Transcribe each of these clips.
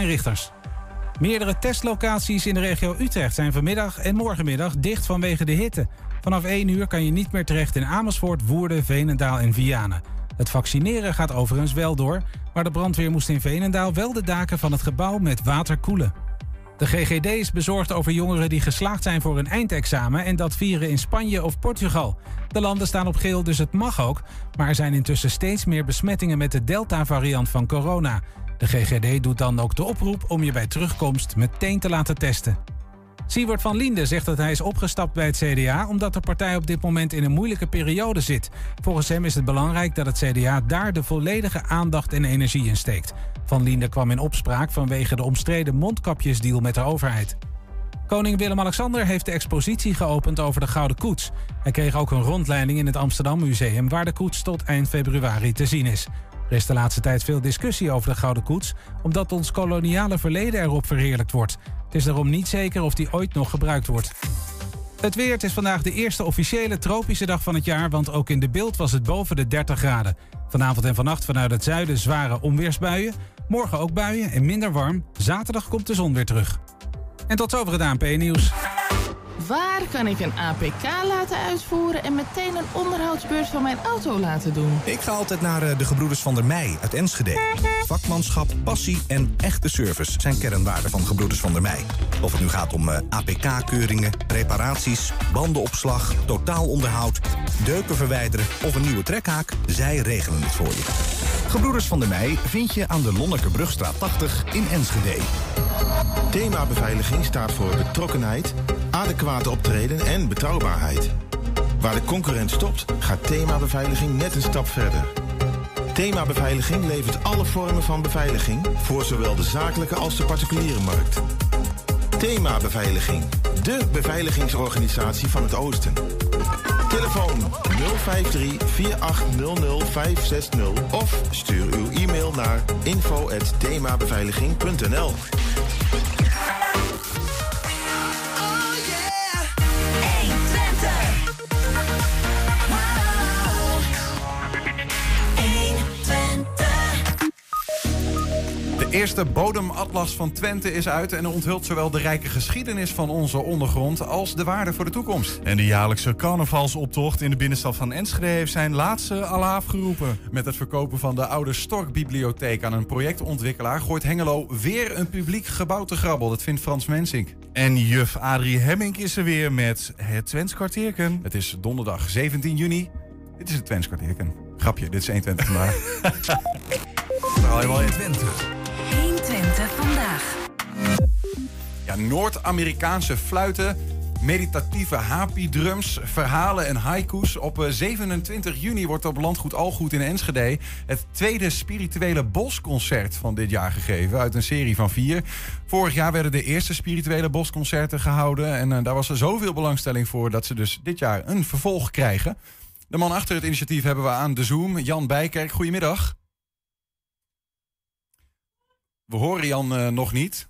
Richters. Meerdere testlocaties in de regio Utrecht zijn vanmiddag en morgenmiddag dicht vanwege de hitte. Vanaf 1 uur kan je niet meer terecht in Amersfoort, Woerden, Veenendaal en Vianen. Het vaccineren gaat overigens wel door, maar de brandweer moest in Veenendaal wel de daken van het gebouw met water koelen. De GGD is bezorgd over jongeren die geslaagd zijn voor een eindexamen en dat vieren in Spanje of Portugal. De landen staan op geel, dus het mag ook, maar er zijn intussen steeds meer besmettingen met de Delta-variant van corona. De GGD doet dan ook de oproep om je bij terugkomst meteen te laten testen. Siewert van Liende zegt dat hij is opgestapt bij het CDA omdat de partij op dit moment in een moeilijke periode zit. Volgens hem is het belangrijk dat het CDA daar de volledige aandacht en energie in steekt. Van Liende kwam in opspraak vanwege de omstreden mondkapjesdeal met de overheid. Koning Willem-Alexander heeft de expositie geopend over de Gouden Koets. Hij kreeg ook een rondleiding in het Amsterdam Museum waar de koets tot eind februari te zien is. Er is de laatste tijd veel discussie over de Gouden Koets, omdat ons koloniale verleden erop verheerlijkt wordt. Het is daarom niet zeker of die ooit nog gebruikt wordt. Het weer, het is vandaag de eerste officiële tropische dag van het jaar, want ook in de Bilt was het boven de 30 graden. Vanavond en vannacht vanuit het zuiden zware onweersbuien. Morgen ook buien en minder warm. Zaterdag komt de zon weer terug. En tot zover het ANP-nieuws. Waar kan ik een APK laten uitvoeren en meteen een onderhoudsbeurt van mijn auto laten doen? Ik ga altijd naar de Gebroeders van der Meij uit Enschede. Vakmanschap, passie en echte service zijn kernwaarden van Gebroeders van der Meij. Of het nu gaat om APK-keuringen, reparaties, bandenopslag, totaalonderhoud, deuken verwijderen of een nieuwe trekhaak, zij regelen het voor je. Gebroeders van der Meij vind je aan de Lonnekerbrugstraat 80 in Enschede. Thema beveiliging staat voor betrokkenheid, adequate optreden en betrouwbaarheid. Waar de concurrent stopt, gaat Thema Beveiliging net een stap verder. Thema Beveiliging levert alle vormen van beveiliging voor zowel de zakelijke als de particuliere markt. Thema Beveiliging, de beveiligingsorganisatie van het Oosten. Telefoon 053-4800-560 of stuur uw e-mail naar info@themabeveiliging.nl. De eerste bodematlas van Twente is uit en onthult zowel de rijke geschiedenis van onze ondergrond als de waarde voor de toekomst. En de jaarlijkse carnavalsoptocht in de binnenstad van Enschede heeft zijn laatste Allah afgeroepen. Met het verkopen van de oude Storkbibliotheek aan een projectontwikkelaar gooit Hengelo weer een publiek gebouw te grabbel. Dat vindt Frans Mensink. En juf Adrie Hemmink is er weer met het Twents kwartierken. Het is donderdag 17 juni. Dit is het Twents kwartierken. Grapje, dit is 120 vandaag. Helemaal in Twente. 120 vandaag. Ja, Noord-Amerikaanse fluiten, meditatieve hapi-drums, verhalen en haiku's. Op 27 juni wordt op Landgoed Algoed in Enschede het tweede spirituele bosconcert van dit jaar gegeven, uit een serie van 4. Vorig jaar werden de eerste spirituele bosconcerten gehouden en daar was er zoveel belangstelling voor dat ze dus dit jaar een vervolg krijgen. De man achter het initiatief hebben we aan de Zoom, Jan Bijkerk. Goedemiddag. We horen Jan nog niet.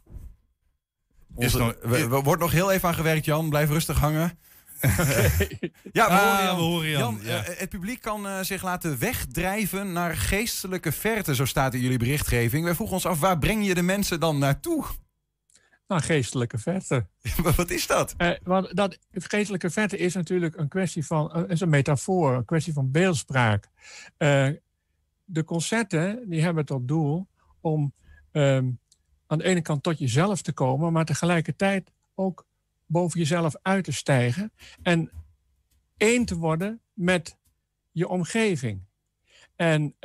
Wordt nog heel even aan gewerkt, Jan. Blijf rustig hangen. Ja, we horen Jan. Ja. Het publiek kan zich laten wegdrijven naar geestelijke verte, zo staat in jullie berichtgeving. Wij vroegen ons af, waar breng je de mensen dan naartoe? Nou, geestelijke verte. Wat is dat? Want geestelijke verte is natuurlijk een kwestie van, is een metafoor, een kwestie van beeldspraak. De concerten die hebben tot doel om aan de ene kant tot jezelf te komen, maar tegelijkertijd ook boven jezelf uit te stijgen en één te worden met je omgeving. En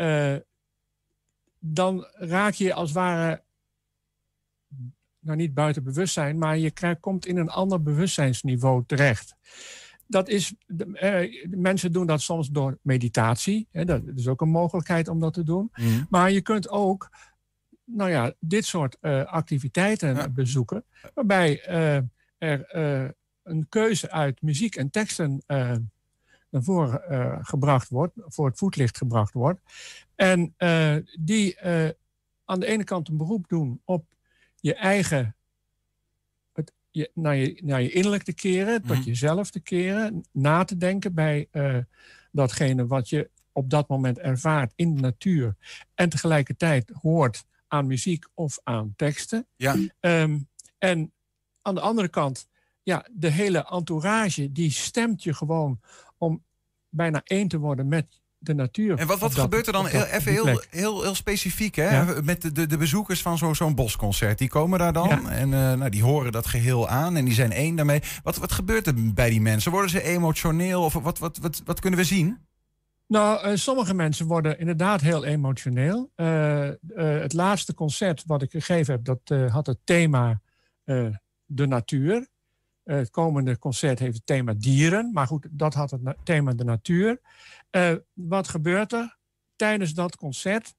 dan raak je als het ware, nou niet buiten bewustzijn, maar je komt in een ander bewustzijnsniveau terecht. Dat is, mensen doen dat soms door meditatie. Hè, dat is ook een mogelijkheid om dat te doen. Mm. Maar je kunt ook dit soort activiteiten bezoeken, waarbij er een keuze uit muziek en teksten naar voren gebracht wordt, voor het voetlicht gebracht wordt. En die aan de ene kant een beroep doen op je eigen, naar je innerlijk te keren, tot jezelf te keren, na te denken bij datgene wat je op dat moment ervaart in de natuur en tegelijkertijd hoort aan muziek of aan teksten. Ja. En aan de andere kant, de hele entourage, die stemt je gewoon om bijna één te worden met de natuur. En wat gebeurt er dan even heel specifiek, hè? Ja. Met de bezoekers van zo'n bosconcert? Die komen daar dan en die horen dat geheel aan en die zijn één daarmee. Wat gebeurt er bij die mensen? Worden ze emotioneel of wat kunnen we zien? Nou, sommige mensen worden inderdaad heel emotioneel. Het laatste concert wat ik gegeven heb, dat had het thema de natuur. Het komende concert heeft het thema dieren. Maar goed, dat had het thema de natuur. Wat gebeurt er? Tijdens dat concert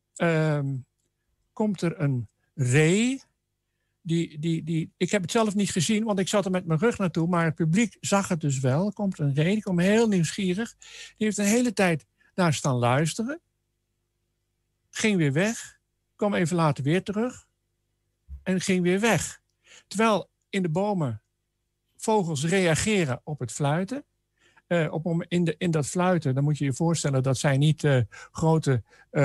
komt er een ree. Ik heb het zelf niet gezien, want ik zat er met mijn rug naartoe. Maar het publiek zag het dus wel. Er komt een ree, die komt heel nieuwsgierig. Die heeft de hele tijd daar staan luisteren. Ging weer weg. Kwam even later weer terug. En ging weer weg. Terwijl in de bomen vogels reageren op het fluiten. In dat fluiten, dan moet je je voorstellen, dat zijn niet grote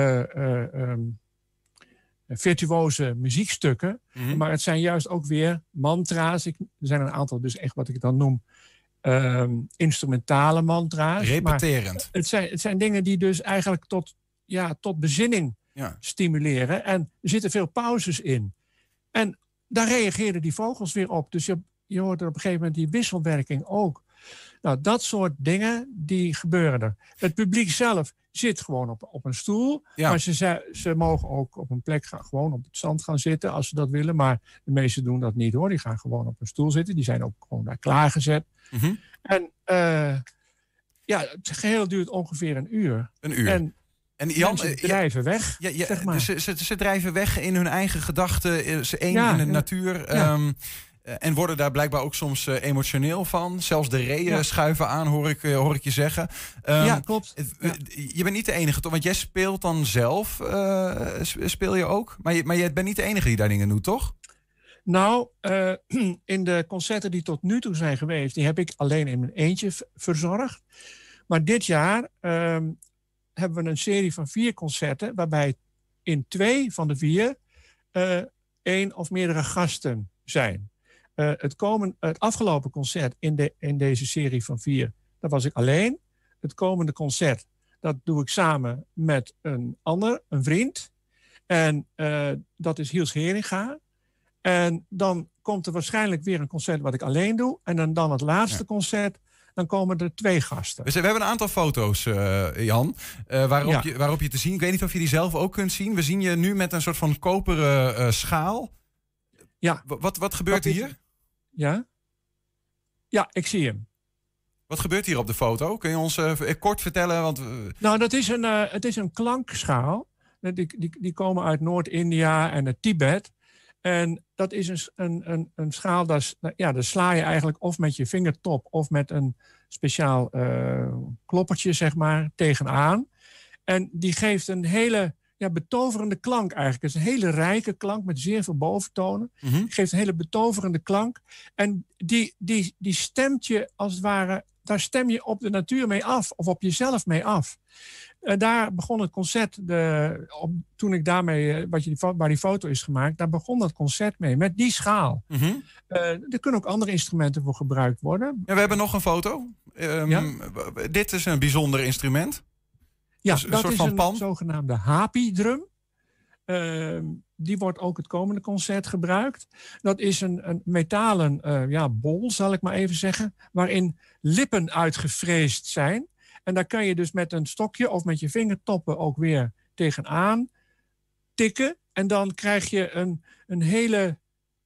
virtuoze muziekstukken. Mm-hmm. Maar het zijn juist ook weer mantra's. Er zijn een aantal, dus echt wat ik dan noem, instrumentale mantra's. Repeterend. Maar het zijn dingen die dus eigenlijk tot bezinning stimuleren. En er zitten veel pauzes in. En daar reageerden die vogels weer op. Dus je hoort er op een gegeven moment die wisselwerking ook. Nou, dat soort dingen, die gebeuren er. Het publiek zelf zit gewoon op een stoel. Ja. Maar ze mogen ook op een plek gewoon op het zand gaan zitten als ze dat willen. Maar de meesten doen dat niet hoor. Die gaan gewoon op een stoel zitten. Die zijn ook gewoon daar klaargezet. Mm-hmm. En het geheel duurt ongeveer een uur. Een uur. En Jan, ze drijven weg, zeg maar. Ze drijven weg in hun eigen gedachten. Ze één in de natuur. Ja. En worden daar blijkbaar ook soms emotioneel van. Zelfs de reeën schuiven aan, hoor ik je zeggen. Ja, klopt. Je bent niet de enige, toch? Want jij speelt dan zelf. Speel je ook? Maar jij bent niet de enige die daar dingen doet, toch? Nou, in de concerten die tot nu toe zijn geweest, die heb ik alleen in mijn eentje verzorgd. Maar dit jaar hebben we een serie van 4 concerten, waarbij in 2 van de 4 1 of meerdere gasten zijn. Het afgelopen concert in deze serie van 4, dat was ik alleen. Het komende concert, dat doe ik samen met een vriend. En dat is Hiels Heringa. En dan komt er waarschijnlijk weer een concert wat ik alleen doe. En dan het laatste concert, dan komen er 2 gasten. Dus we hebben een aantal foto's, Jan, waarop je te zien. Ik weet niet of je die zelf ook kunt zien. We zien je nu met een soort van koperen schaal. Ja. Wat gebeurt hier? Ja, ik zie hem. Wat gebeurt hier op de foto? Kun je ons kort vertellen? Want, Nou, het is een klankschaal. Die komen uit Noord-India en het Tibet. En dat is een schaal, daar sla je eigenlijk of met je vingertop of met een speciaal kloppertje, zeg maar, tegenaan. En die geeft een hele betoverende klank eigenlijk. Het is een hele rijke klank met zeer veel boventonen. Mm-hmm. Die geeft een hele betoverende klank. En die stemt je als het ware, daar stem je op de natuur mee af of op jezelf mee af. Daar begon het concert, toen ik daarmee, waar die foto is gemaakt, daar begon dat concert mee, met die schaal. Mm-hmm. Er kunnen ook andere instrumenten voor gebruikt worden. Ja, we hebben nog een foto. Dit is een bijzonder instrument. Ja, dus dat is een zogenaamde hapi-drum. Die wordt ook het komende concert gebruikt. Dat is een metalen bol, zal ik maar even zeggen, waarin lippen uitgefreesd zijn. En daar kan je dus met een stokje of met je vingertoppen ook weer tegenaan tikken. En dan krijg je een hele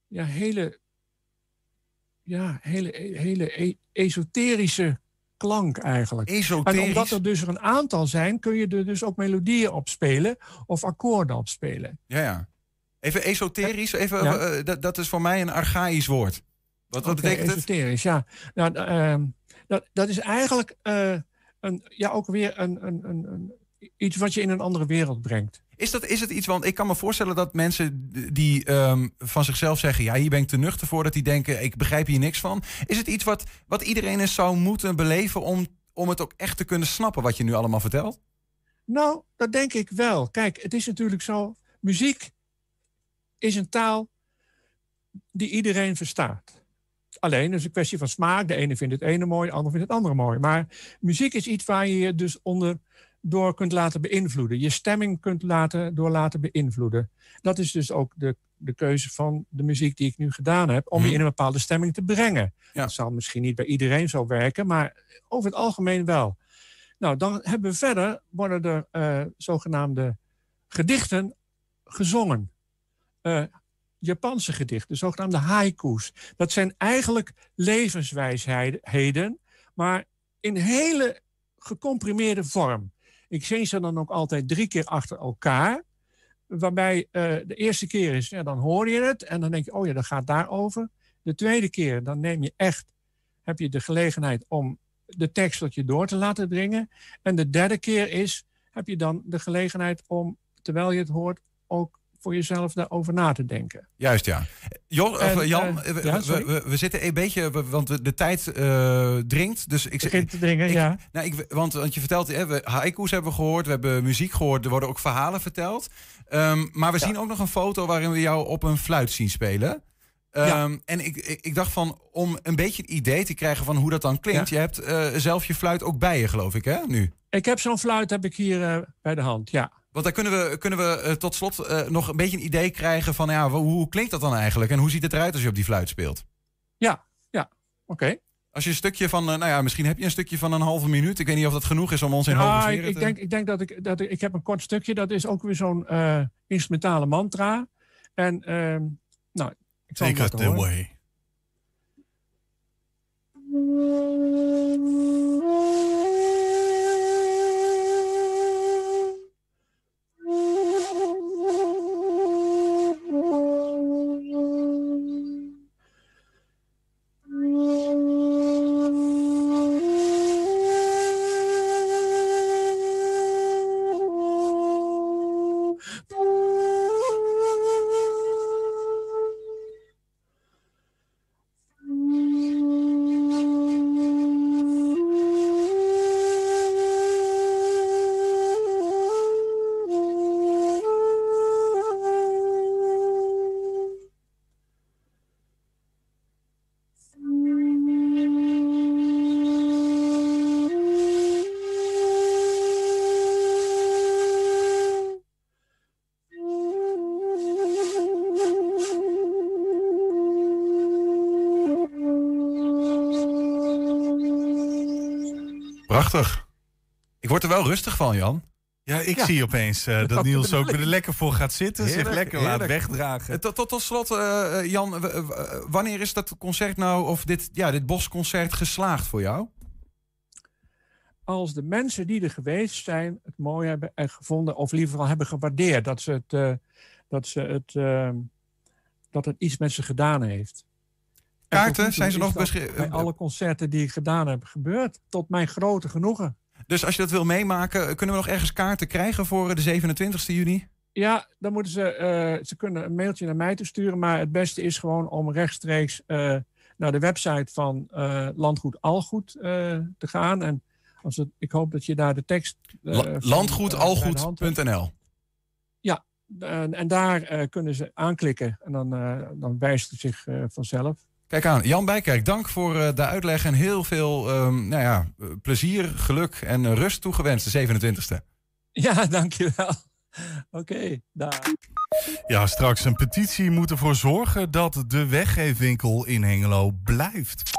esoterische klank eigenlijk. Esoterisch. En omdat er dus een aantal zijn, kun je er dus ook melodieën op spelen of akkoorden op spelen. Ja. Even esoterisch, dat is voor mij een archaïsch woord. Wat betekent het? Esoterisch, ja. Nou, dat is eigenlijk ook weer iets wat je in een andere wereld brengt. Is het iets, want ik kan me voorstellen dat mensen die van zichzelf zeggen, ja, hier ben ik te nuchter voor, dat die denken, ik begrijp hier niks van. Is het iets wat iedereen eens zou moeten beleven om het ook echt te kunnen snappen wat je nu allemaal vertelt? Nou, dat denk ik wel. Kijk, het is natuurlijk zo, muziek is een taal die iedereen verstaat. Alleen, het is een kwestie van smaak. De ene vindt het ene mooi, de ander vindt het andere mooi. Maar muziek is iets waar je je dus door kunt laten beïnvloeden. Je stemming kunt laten beïnvloeden. Dat is dus ook de keuze van de muziek die ik nu gedaan heb, om je in een bepaalde stemming te brengen. Ja. Dat zal misschien niet bij iedereen zo werken, maar over het algemeen wel. Nou, dan hebben we verder, worden er zogenaamde gedichten gezongen. Japanse gedichten, zogenaamde haiku's. Dat zijn eigenlijk levenswijsheden, maar in hele gecomprimeerde vorm. Ik zing ze dan ook altijd 3 keer achter elkaar. Waarbij de eerste keer is, dan hoor je het en dan denk je, oh ja, dat gaat daarover. De tweede keer, dan heb je de gelegenheid om de tekst tot je door te laten dringen. En de derde keer heb je dan de gelegenheid om, terwijl je het hoort, ook voor jezelf daarover na te denken. Juist, ja. Jan, we zitten een beetje, want de tijd dringt. Dus ik begint te dringen, ja. Want je vertelt, we haiku's hebben we gehoord, we hebben muziek gehoord, er worden ook verhalen verteld. Maar we zien ook nog een foto waarin we jou op een fluit zien spelen. En ik dacht van, om een beetje een idee te krijgen van hoe dat dan klinkt. Ja. Je hebt zelf je fluit ook bij je, geloof ik, hè, nu? Ik heb zo'n fluit hier bij de hand, ja. Want daar kunnen we tot slot nog een beetje een idee krijgen van, hoe klinkt dat dan eigenlijk? En hoe ziet het eruit als je op die fluit speelt? Ja, oké. Als je een stukje van, misschien heb je een stukje van een halve minuut. Ik weet niet of dat genoeg is om ons in hoge sferen te... Ik denk dat ik heb een kort stukje. Dat is ook weer zo'n instrumentale mantra. En, ik zal Take us the way. Prachtig. Ik word er wel rustig van, Jan. Ja, ik zie opeens dat Niels ook er lekker voor gaat zitten. Heerlijk, zich lekker laat wegdragen. Tot slot, Jan, wanneer is dat concert nou, of dit bosconcert geslaagd voor jou? Als de mensen die er geweest zijn het mooi hebben gevonden, of liever al hebben gewaardeerd dat het iets met ze gedaan heeft. Kaarten, zijn ze nog beschikbaar? Bij alle concerten die ik gedaan heb gebeurd, tot mijn grote genoegen. Dus als je dat wil meemaken, kunnen we nog ergens kaarten krijgen voor de 27e juni? Ja, dan moeten ze kunnen een mailtje naar mij sturen, maar het beste is gewoon om rechtstreeks naar de website van Landgoed Algoed te gaan. En ik hoop dat je daar de tekst... Landgoedalgoed.nl. Ja, en daar kunnen ze aanklikken en dan wijst het zich vanzelf. Kijk aan, Jan Bijkerk, dank voor de uitleg en heel veel plezier, geluk en rust toegewenst de 27e. Ja, dankjewel. Oké, daar. Ja, straks een petitie moet ervoor zorgen dat de weggeefwinkel in Hengelo blijft.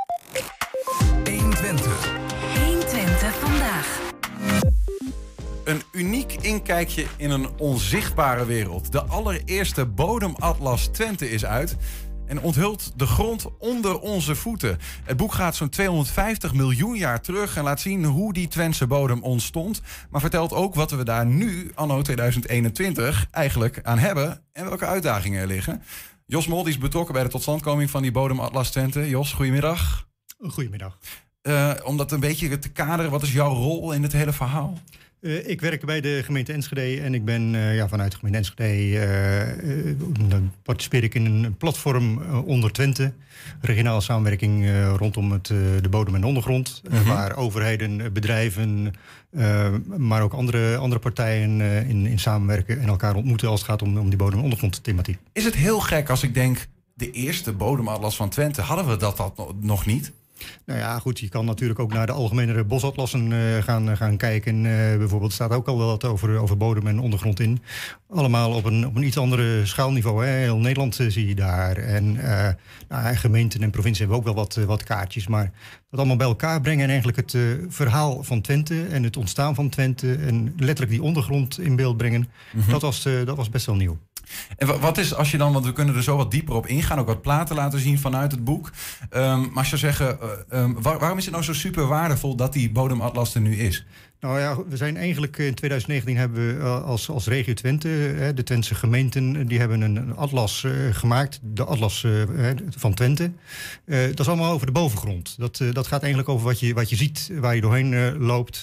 120. 120 vandaag. Een uniek inkijkje in een onzichtbare wereld. De allereerste bodematlas Twente is uit en onthult de grond onder onze voeten. Het boek gaat zo'n 250 miljoen jaar terug en laat zien hoe die Twentse bodem ontstond. Maar vertelt ook wat we daar nu, anno 2021, eigenlijk aan hebben en welke uitdagingen er liggen. Jos Mol is betrokken bij de totstandkoming van die bodematlas Twente. Jos, goedemiddag. Goedemiddag. Om dat een beetje te kaderen, wat is jouw rol in het hele verhaal? Ik werk bij de gemeente Enschede en ik ben vanuit de gemeente Enschede participeer ik in een platform onder Twente. Regionale samenwerking rondom de bodem en de ondergrond. Waar overheden, bedrijven, maar ook andere partijen in samenwerken en elkaar ontmoeten als het gaat om die bodem- en ondergrondthematiek. Is het heel gek als ik denk, de eerste bodematlas van Twente, hadden we dat nog niet? Nou ja, goed, je kan natuurlijk ook naar de algemene bosatlassen gaan kijken. Bijvoorbeeld staat ook al wel wat over bodem en ondergrond in. Allemaal op een iets andere schaalniveau. Hè. Heel Nederland zie je daar. En gemeenten en provincie hebben ook wel wat kaartjes. Maar dat allemaal bij elkaar brengen en eigenlijk het verhaal van Twente en het ontstaan van Twente en letterlijk die ondergrond in beeld brengen, dat was best wel nieuw. En wat is, als je dan, want we kunnen er zo wat dieper op ingaan, ook wat platen laten zien vanuit het boek. Maar als je zou zeggen, waarom is het nou zo super waardevol dat die bodematlas er nu is? Nou ja, we zijn eigenlijk in 2019 hebben we als regio Twente, de Twentse gemeenten, die hebben een atlas gemaakt. De atlas van Twente. Dat is allemaal over de bovengrond. Dat gaat eigenlijk over wat je ziet, waar je doorheen loopt.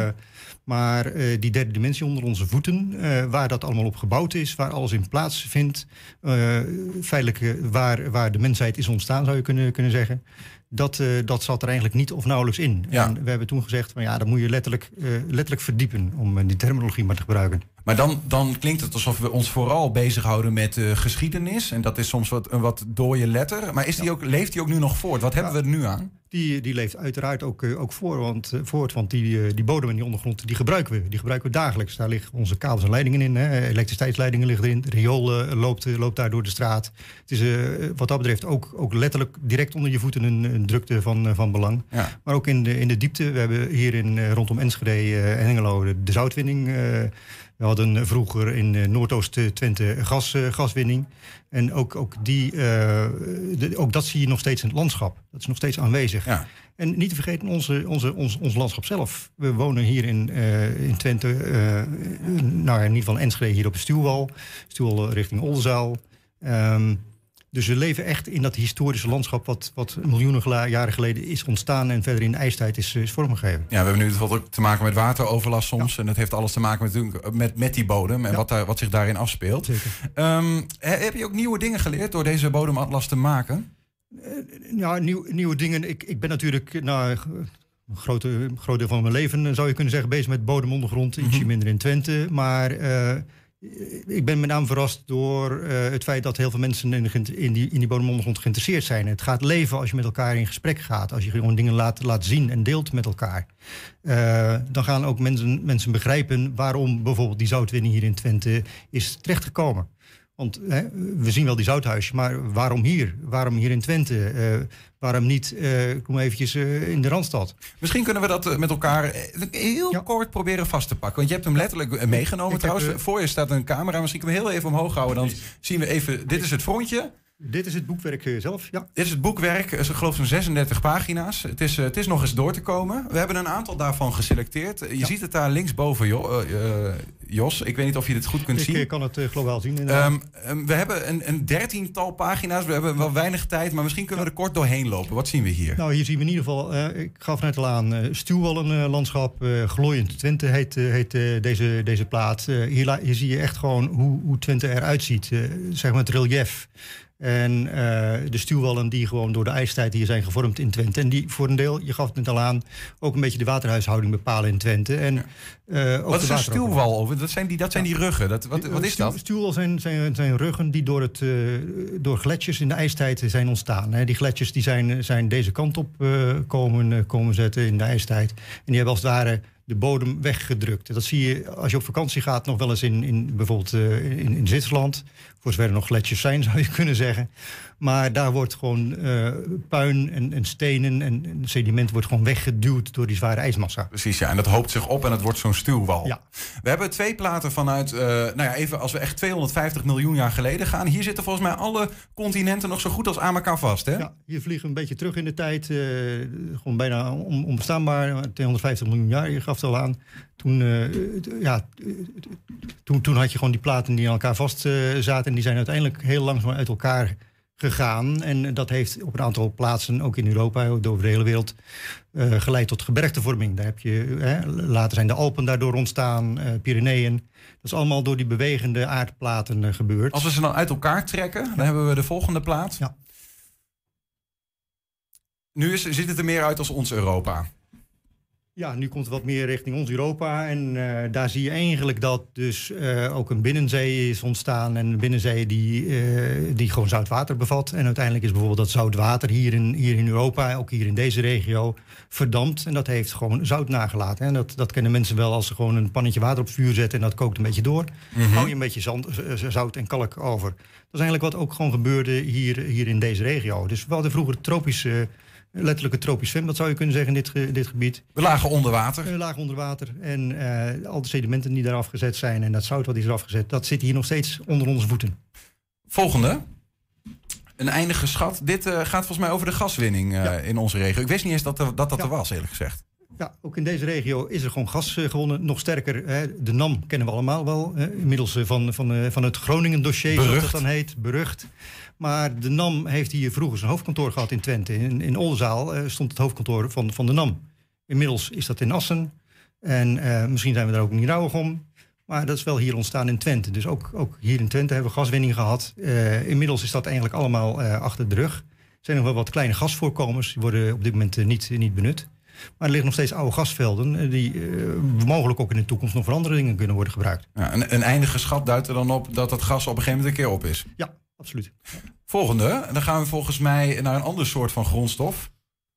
Maar die derde dimensie onder onze voeten, waar dat allemaal op gebouwd is, waar alles in plaatsvindt, feitelijk waar de mensheid is ontstaan, zou je kunnen zeggen. Dat zat er eigenlijk niet of nauwelijks in. Ja. En we hebben toen gezegd, dat moet je letterlijk verdiepen, om die terminologie maar te gebruiken. Maar dan klinkt het alsof we ons vooral bezighouden met geschiedenis. En dat is soms een wat dode letter. Maar leeft die ook nu nog voort? Wat hebben we er nu aan? Die leeft uiteraard ook voort. Want die bodem en die ondergrond, die gebruiken we dagelijks. Daar liggen onze kabels en leidingen in. Hè. Elektriciteitsleidingen liggen erin. Het riool loopt daar door de straat. Het is wat dat betreft ook letterlijk direct onder je voeten een drukte van belang. Ja. Maar ook in de diepte. We hebben hier rondom Enschede en Hengelo de zoutwinning. We hadden vroeger in Noordoost-Twente gaswinning. En ook dat zie je nog steeds in het landschap. Dat is nog steeds aanwezig. Ja. En niet te vergeten ons landschap zelf. We wonen hier in Twente, in ieder geval Enschede, hier op de Stuwwal richting Oldenzaal. Dus we leven echt in dat historische landschap wat miljoenen jaren geleden is ontstaan en verder in de ijstijd is vormgegeven. Ja, we hebben nu ook te maken met wateroverlast soms. Ja. En dat heeft alles te maken met die bodem en wat zich daarin afspeelt. Heb je ook nieuwe dingen geleerd door deze bodematlas te maken? Nieuwe dingen. Ik ben natuurlijk een groot deel van mijn leven, zou je kunnen zeggen, bezig met bodemondergrond. Ietsje minder in Twente, maar ik ben met name verrast door het feit dat heel veel mensen in die bodemondergrond geïnteresseerd zijn. Het gaat leven als je met elkaar in gesprek gaat. Als je gewoon dingen laat zien en deelt met elkaar. Dan gaan ook mensen begrijpen waarom bijvoorbeeld die zoutwinning hier in Twente is terechtgekomen. Want we zien wel die zouthuisjes, maar waarom hier? Waarom hier in Twente? Waarom niet kom eventjes in de Randstad? Misschien kunnen we dat met elkaar heel kort proberen vast te pakken. Want je hebt hem letterlijk meegenomen trouwens. Voor je staat een camera. Misschien kunnen we heel even omhoog houden. Dan zien we even, dit is het frontje. Dit is het boekwerk zelf, ja. Dit is het boekwerk, ik geloof zo'n 36 pagina's. Het is nog eens door te komen. We hebben een aantal daarvan geselecteerd. Je ziet het daar linksboven, Jos. Ik weet niet of je dit goed kunt zien. Ik kan het globaal zien. We hebben een 13-tal pagina's. We hebben wel weinig tijd, maar misschien kunnen we er kort doorheen lopen. Wat zien we hier? Nou, hier zien we in ieder geval, ik gaf net al aan, Stuwwallenlandschap. Glooiend Twente heet deze plaat. Hier zie je echt gewoon hoe Twente eruit ziet. Zeg maar het relief. En de stuwwallen die gewoon door de ijstijd hier zijn gevormd in Twente. En die voor een deel, je gaf het net al aan, ook een beetje de waterhuishouding bepalen in Twente. En, wat is een stuwwal over? Dat zijn die ruggen. Wat is dat? Stuwwal zijn ruggen die door gletsjers in de ijstijd zijn ontstaan. Die gletsjers die zijn deze kant op komen zetten in de ijstijd. En die hebben als het ware de bodem weggedrukt. Dat zie je als je op vakantie gaat nog wel eens bijvoorbeeld in Zwitserland. Voor zover er nog gletsjers zijn, zou je kunnen zeggen. Maar daar wordt gewoon puin en stenen en sediment wordt gewoon weggeduwd door die zware ijsmassa. Precies, ja. En dat hoopt zich op en het wordt zo'n stuwwal. Ja. We hebben 2 platen vanuit, even als we echt 250 miljoen jaar geleden gaan. Hier zitten volgens mij alle continenten nog zo goed als aan elkaar vast, hè? Ja, hier vliegen we een beetje terug in de tijd. Gewoon bijna onbestaanbaar. 250 miljoen jaar, je gaf het al aan. Toen had je gewoon die platen die aan elkaar vast zaten. En die zijn uiteindelijk heel langzaam uit elkaar gegaan. En dat heeft op een aantal plaatsen, ook in Europa, over de hele wereld, geleid tot gebergtevorming. Daar heb je, later zijn de Alpen daardoor ontstaan, Pyreneeën. Dat is allemaal door die bewegende aardplaten gebeurd. Als we ze dan uit elkaar trekken, dan hebben we de volgende plaat. Ja. Nu ziet het er meer uit als ons Europa. Ja, nu komt het wat meer richting ons Europa. En daar zie je eigenlijk dat dus ook een binnenzee is ontstaan. En een binnenzee die gewoon zout water bevat. En uiteindelijk is bijvoorbeeld dat zout water hier in Europa, ook hier in deze regio, verdampt. En dat heeft gewoon zout nagelaten. En dat kennen mensen wel als ze gewoon een pannetje water op vuur zetten en dat kookt een beetje door. Hou je een beetje zout en kalk over. Dat is eigenlijk wat ook gewoon gebeurde hier in deze regio. Dus we hadden vroeger letterlijk het tropisch zwembad, zou je kunnen zeggen, in dit gebied. We lagen onder water. We lagen onder water. En al de sedimenten die daar afgezet zijn en dat zout wat is er afgezet, dat zit hier nog steeds onder onze voeten. Volgende. Een eindige schat. Dit gaat volgens mij over de gaswinning in onze regio. Ik wist niet eens dat er was, eerlijk gezegd. Ja, ook in deze regio is er gewoon gas gewonnen. Nog sterker, de NAM kennen we allemaal wel. Inmiddels van het Groningen-dossier, zoals dat dan heet. Berucht. Maar de NAM heeft hier vroeger zijn hoofdkantoor gehad in Twente. In Oldenzaal stond het hoofdkantoor van de NAM. Inmiddels is dat in Assen. En misschien zijn we daar ook niet rouwig om. Maar dat is wel hier ontstaan in Twente. Dus ook hier in Twente hebben we gaswinning gehad. Inmiddels is dat eigenlijk allemaal achter de rug. Er zijn nog wel wat kleine gasvoorkomers. Die worden op dit moment niet benut. Maar er liggen nog steeds oude gasvelden die mogelijk ook in de toekomst nog voor andere dingen kunnen worden gebruikt. Ja, een eindige schat duidt er dan op dat het gas op een gegeven moment een keer op is. Ja, absoluut. Volgende, dan gaan we volgens mij naar een ander soort van grondstof.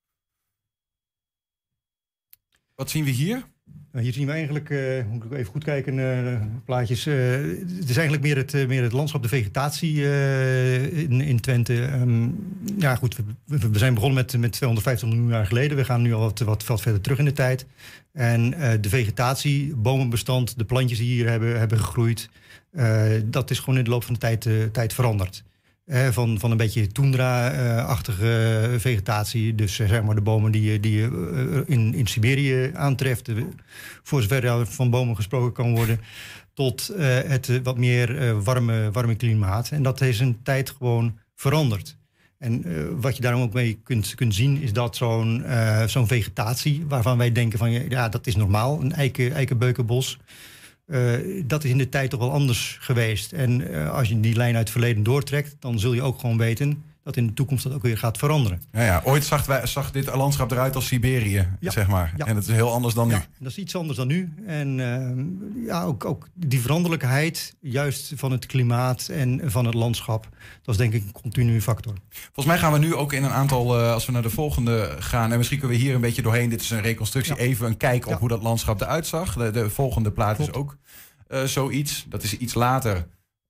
Wat zien we hier? Nou, hier zien we eigenlijk, moet ik even goed kijken, plaatjes. Het is eigenlijk meer het landschap, de vegetatie in Twente. Ja goed, we zijn begonnen met 250 miljoen jaar geleden. We gaan nu al wat verder terug in de tijd. En de vegetatie, bomenbestand, de plantjes die hier hebben gegroeid, dat is gewoon in de loop van de tijd veranderd. Van een beetje toendra-achtige vegetatie. Dus zeg maar de bomen die je in Siberië aantreft. Voor zover er van bomen gesproken kan worden. Tot het wat meer warme klimaat. En dat is een tijd gewoon veranderd. En wat je daarom ook mee kunt zien is dat zo'n vegetatie, waarvan wij denken van ja, dat is normaal. Een eikenbeukenbos. Dat is in de tijd toch wel anders geweest. En als je die lijn uit het verleden doortrekt, dan zul je ook gewoon weten dat in de toekomst dat ook weer gaat veranderen. Ja, ooit zag dit landschap eruit als Siberië, zeg maar. Ja. En dat is heel anders dan nu. Ja, dat is iets anders dan nu. En ook die veranderlijkheid, juist van het klimaat en van het landschap, dat is denk ik een continue factor. Volgens mij gaan we nu ook in een aantal, als we naar de volgende gaan, en misschien kunnen we hier een beetje doorheen, dit is een reconstructie, even een kijk op hoe dat landschap eruit zag. De volgende plaat is ook zoiets. Dat is iets later.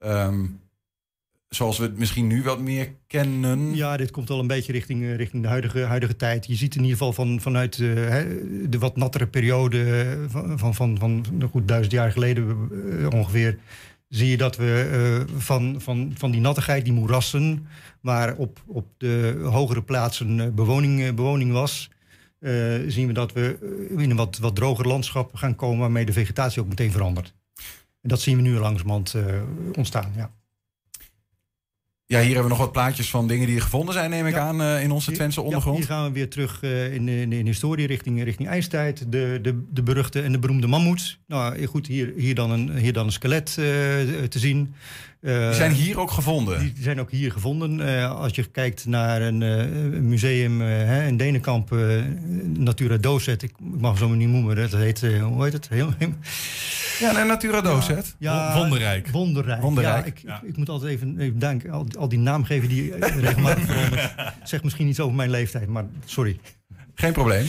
Zoals we het misschien nu wat meer kennen. Ja, dit komt al een beetje richting de huidige tijd. Je ziet in ieder geval vanuit de wat nattere periode van goed 1000 jaar geleden ongeveer, zie je dat we van die nattigheid, die moerassen, waar op de hogere plaatsen bewoning was, zien we dat we in een wat droger landschap gaan komen, waarmee de vegetatie ook meteen verandert. En dat zien we nu langzamerhand ontstaan, ja. Ja, hier hebben we nog wat plaatjes van dingen die gevonden zijn, neem ik aan, in onze Twentse ondergrond. Hier gaan we weer terug in de historie richting ijstijd. De beruchte en de beroemde mammoets. Nou goed, hier dan een skelet te zien. Die zijn hier ook gevonden? Die zijn ook hier gevonden. Als je kijkt naar een museum in Denenkamp, Natura Docet, ik mag het zo maar niet noemen, dat heet, hoe heet het? Ja, Natura Docet. Ja, Wonderrijk. Wonderrijk. Ja, ik moet altijd even denken, al die naamgeven die regelmatig veranderen. Zegt misschien iets over mijn leeftijd, maar sorry. Geen probleem.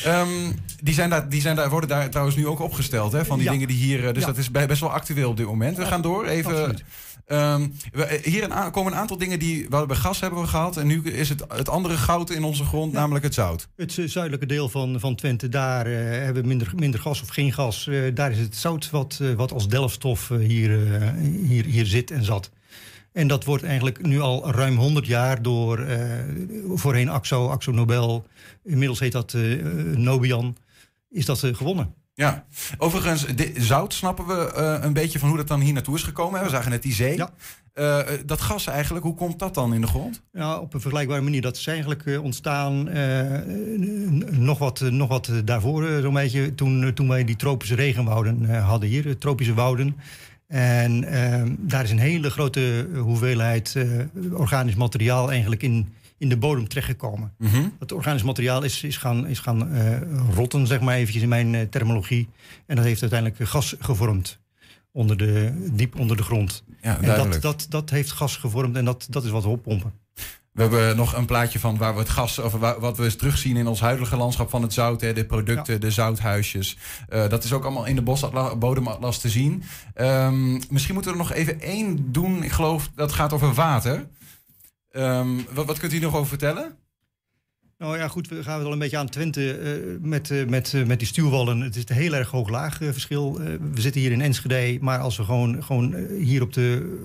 Worden daar trouwens nu ook opgesteld, hè, van die dingen die hier. Dus dat is best wel actueel op dit moment. We gaan door. Even. Hier komen een aantal dingen die. We gas hebben we gehad. En nu is het andere goud in onze grond, namelijk het zout. Het zuidelijke deel van Twente, daar hebben we minder gas of geen gas. Daar is het zout wat als delfstof hier zit en zat. En dat wordt eigenlijk nu al ruim 100 jaar door voorheen Axo Nobel, inmiddels heet dat Nobian, is dat gewonnen. Ja, overigens, zout snappen we een beetje van hoe dat dan hier naartoe is gekomen. We zagen net die zee. Ja. Dat gas eigenlijk, hoe komt dat dan in de grond? Ja, op een vergelijkbare manier. Dat is eigenlijk ontstaan nog wat daarvoor, zo'n beetje, toen wij die tropische regenwouden hadden hier, tropische wouden. En daar is een hele grote hoeveelheid organisch materiaal eigenlijk in de bodem terechtgekomen. Mm-hmm. Dat organisch materiaal is gaan rotten, zeg maar eventjes in mijn terminologie. En dat heeft uiteindelijk gas gevormd. Diep onder de grond. Ja, en dat heeft gas gevormd en dat is wat we oppompen. We hebben nog een plaatje van waar we het gas, of wat we terugzien in ons huidige landschap van het zout. Hè, de producten, de zouthuisjes. Dat is ook allemaal in de bodematlas te zien. Misschien moeten we er nog even één doen. Ik geloof dat gaat over water. Wat kunt u nog over vertellen? Nou ja, goed, we gaan het al een beetje aan Twente met die stuwwallen. Het is een heel erg hoog-laag verschil. We zitten hier in Enschede, maar als we gewoon hier op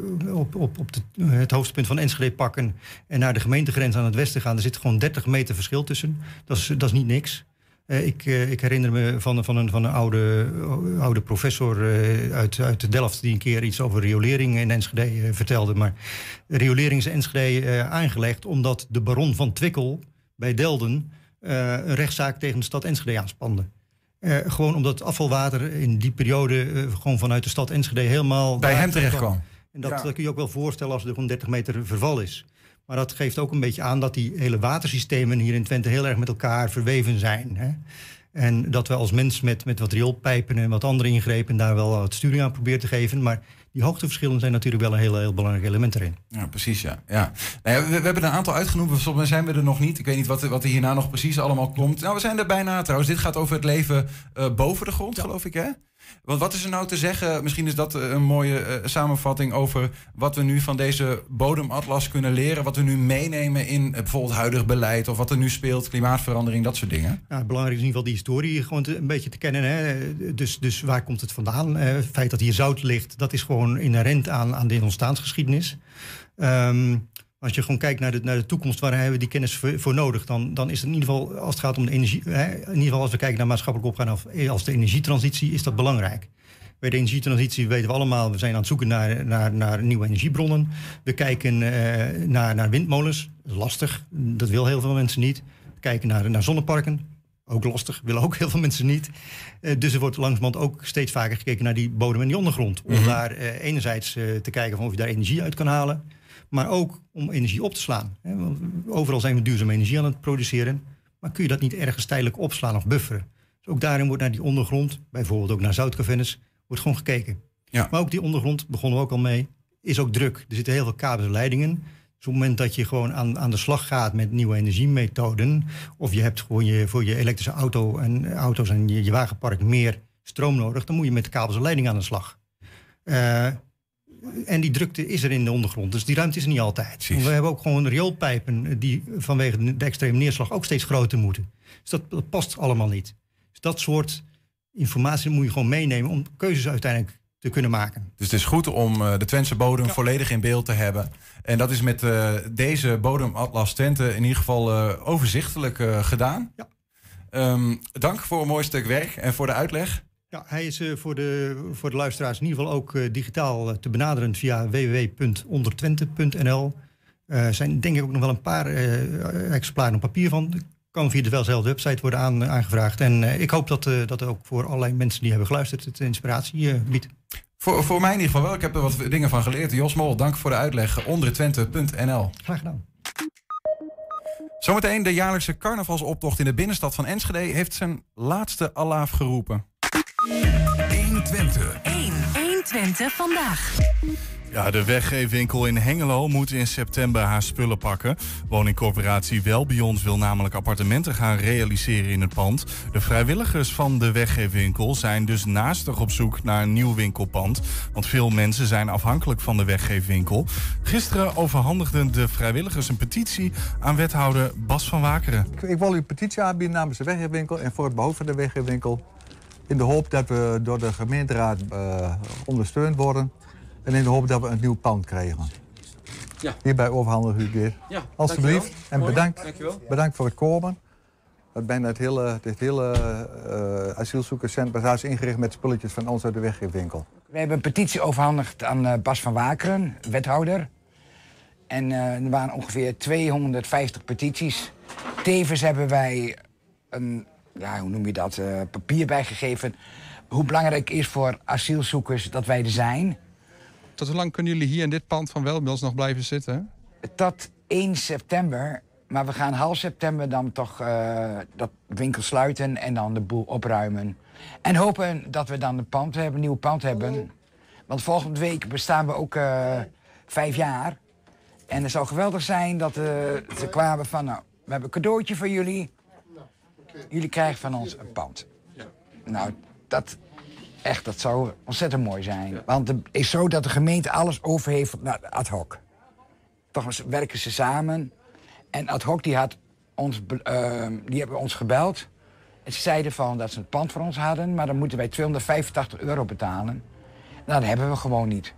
het hoogtepunt van Enschede pakken en naar de gemeentegrens aan het westen gaan, er zit gewoon 30 meter verschil tussen. Dat is niet niks. Ik herinner me van een oude professor uit Delft die een keer iets over riolering in Enschede vertelde. Maar riolering is in Enschede aangelegd omdat de baron van Twickel bij Delden een rechtszaak tegen de stad Enschede aanspande. Gewoon omdat het afvalwater in die periode gewoon vanuit de stad Enschede helemaal bij hem terecht kwam. En dat kun je ook wel voorstellen als er gewoon 30 meter verval is. Maar dat geeft ook een beetje aan dat die hele watersystemen hier in Twente heel erg met elkaar verweven zijn. Hè? En dat we als mens met wat rioolpijpen en wat andere ingrepen daar wel wat sturing aan proberen te geven. Maar die hoogteverschillen zijn natuurlijk wel een heel belangrijk element erin. Ja, precies, ja. Nou ja, we hebben een aantal uitgenoemd, volgens mij zijn we er nog niet. Ik weet niet wat er hierna nog precies allemaal komt. Nou, we zijn er bijna trouwens. Dit gaat over het leven boven de grond, geloof ik, hè? Want wat is er nou te zeggen? Misschien is dat een mooie samenvatting over wat we nu van deze bodematlas kunnen leren. Wat we nu meenemen in bijvoorbeeld huidig beleid of wat er nu speelt, klimaatverandering, dat soort dingen. Ja, belangrijk is in ieder geval die historie gewoon een beetje te kennen. Hè? Dus waar komt het vandaan? Het feit dat hier zout ligt, dat is gewoon inherent aan de ontstaansgeschiedenis. Als je gewoon kijkt naar de toekomst, waar hebben we die kennis voor nodig? Dan is het in ieder geval, als het gaat om de energie, in ieder geval als we kijken naar maatschappelijk opgaan of als de energietransitie, is dat belangrijk. Bij de energietransitie weten we allemaal, we zijn aan het zoeken naar nieuwe energiebronnen. We kijken naar windmolens, lastig, dat wil heel veel mensen niet. We kijken naar zonneparken, ook lastig, willen ook heel veel mensen niet. Dus er wordt langzamerhand ook steeds vaker gekeken naar die bodem en die ondergrond. Om daar enerzijds te kijken of je daar energie uit kan halen. Maar ook om energie op te slaan. Want overal zijn we duurzame energie aan het produceren. Maar kun je dat niet ergens tijdelijk opslaan of bufferen? Dus ook daarin wordt naar die ondergrond, bijvoorbeeld ook naar zoutcavernes, wordt gewoon gekeken. Ja. Maar ook die ondergrond, begonnen we ook al mee, is ook druk. Er zitten heel veel kabels en leidingen. Dus op het moment dat je gewoon aan de slag gaat met nieuwe energiemethoden, of je hebt gewoon voor je elektrische auto's en je wagenpark meer stroom nodig, dan moet je met kabels en leidingen aan de slag. En die drukte is er in de ondergrond, dus die ruimte is er niet altijd. We hebben ook gewoon rioolpijpen die vanwege de extreme neerslag ook steeds groter moeten. Dus dat past allemaal niet. Dus dat soort informatie moet je gewoon meenemen om keuzes uiteindelijk te kunnen maken. Dus het is goed om de Twentse bodem volledig in beeld te hebben. En dat is met deze bodematlas Twente in ieder geval overzichtelijk gedaan. Ja. Dank voor een mooi stuk werk en voor de uitleg. Ja, hij is voor de luisteraars in ieder geval ook digitaal te benaderen via www.ondertwente.nl. Er zijn denk ik ook nog wel een paar exemplaren op papier van. Kan via dezelfde website worden aangevraagd. En ik hoop dat ook voor allerlei mensen die hebben geluisterd het inspiratie biedt. Voor mij in ieder geval wel. Ik heb er wat dingen van geleerd. Jos Mol, dank voor de uitleg. Ondertwente.nl. Graag gedaan. Zometeen de jaarlijkse carnavalsoptocht in de binnenstad van Enschede heeft zijn laatste alaaf geroepen. 120. 120 vandaag. Ja, de weggeefwinkel in Hengelo moet in september haar spullen pakken. Woningcorporatie Welbeyond wil namelijk appartementen gaan realiseren in het pand. De vrijwilligers van de weggeefwinkel zijn dus naastig op zoek naar een nieuw winkelpand. Want veel mensen zijn afhankelijk van de weggeefwinkel. Gisteren overhandigden de vrijwilligers een petitie aan wethouder Bas van Wakeren. Ik wil u een petitie aanbieden namens de weggeefwinkel en voor het behoud van de weggeefwinkel. In de hoop dat we door de gemeenteraad ondersteund worden. En in de hoop dat we een nieuw pand krijgen. Ja. Hierbij overhandig u weer. Ja, alsjeblieft. En bedankt voor het komen. Ik ben het hele asielzoekerscentrum is ingericht met spulletjes van ons uit de weggeefwinkel. We hebben een petitie overhandigd aan Bas van Wakeren, wethouder. En er waren ongeveer 250 petities. Tevens hebben wij een, hoe noem je dat, papier bijgegeven. Hoe belangrijk is voor asielzoekers dat wij er zijn. Tot hoe lang kunnen jullie hier in dit pand van Welbils nog blijven zitten? Tot 1 september. Maar we gaan half september dan toch dat winkel sluiten en dan de boel opruimen. En hopen dat we dan een nieuw pand hebben. Want volgende week bestaan we ook 5 jaar. En het zou geweldig zijn dat ze kwamen van... Nou, we hebben een cadeautje voor jullie. Jullie krijgen van ons een pand. Nou, dat zou ontzettend mooi zijn. Want het is zo dat de gemeente alles over heeft naar ad hoc. Toch werken ze samen. En ad hoc die hebben ons gebeld. En ze zeiden van dat ze een pand voor ons hadden... maar dan moeten wij €285 betalen. Nou, dat hebben we gewoon niet.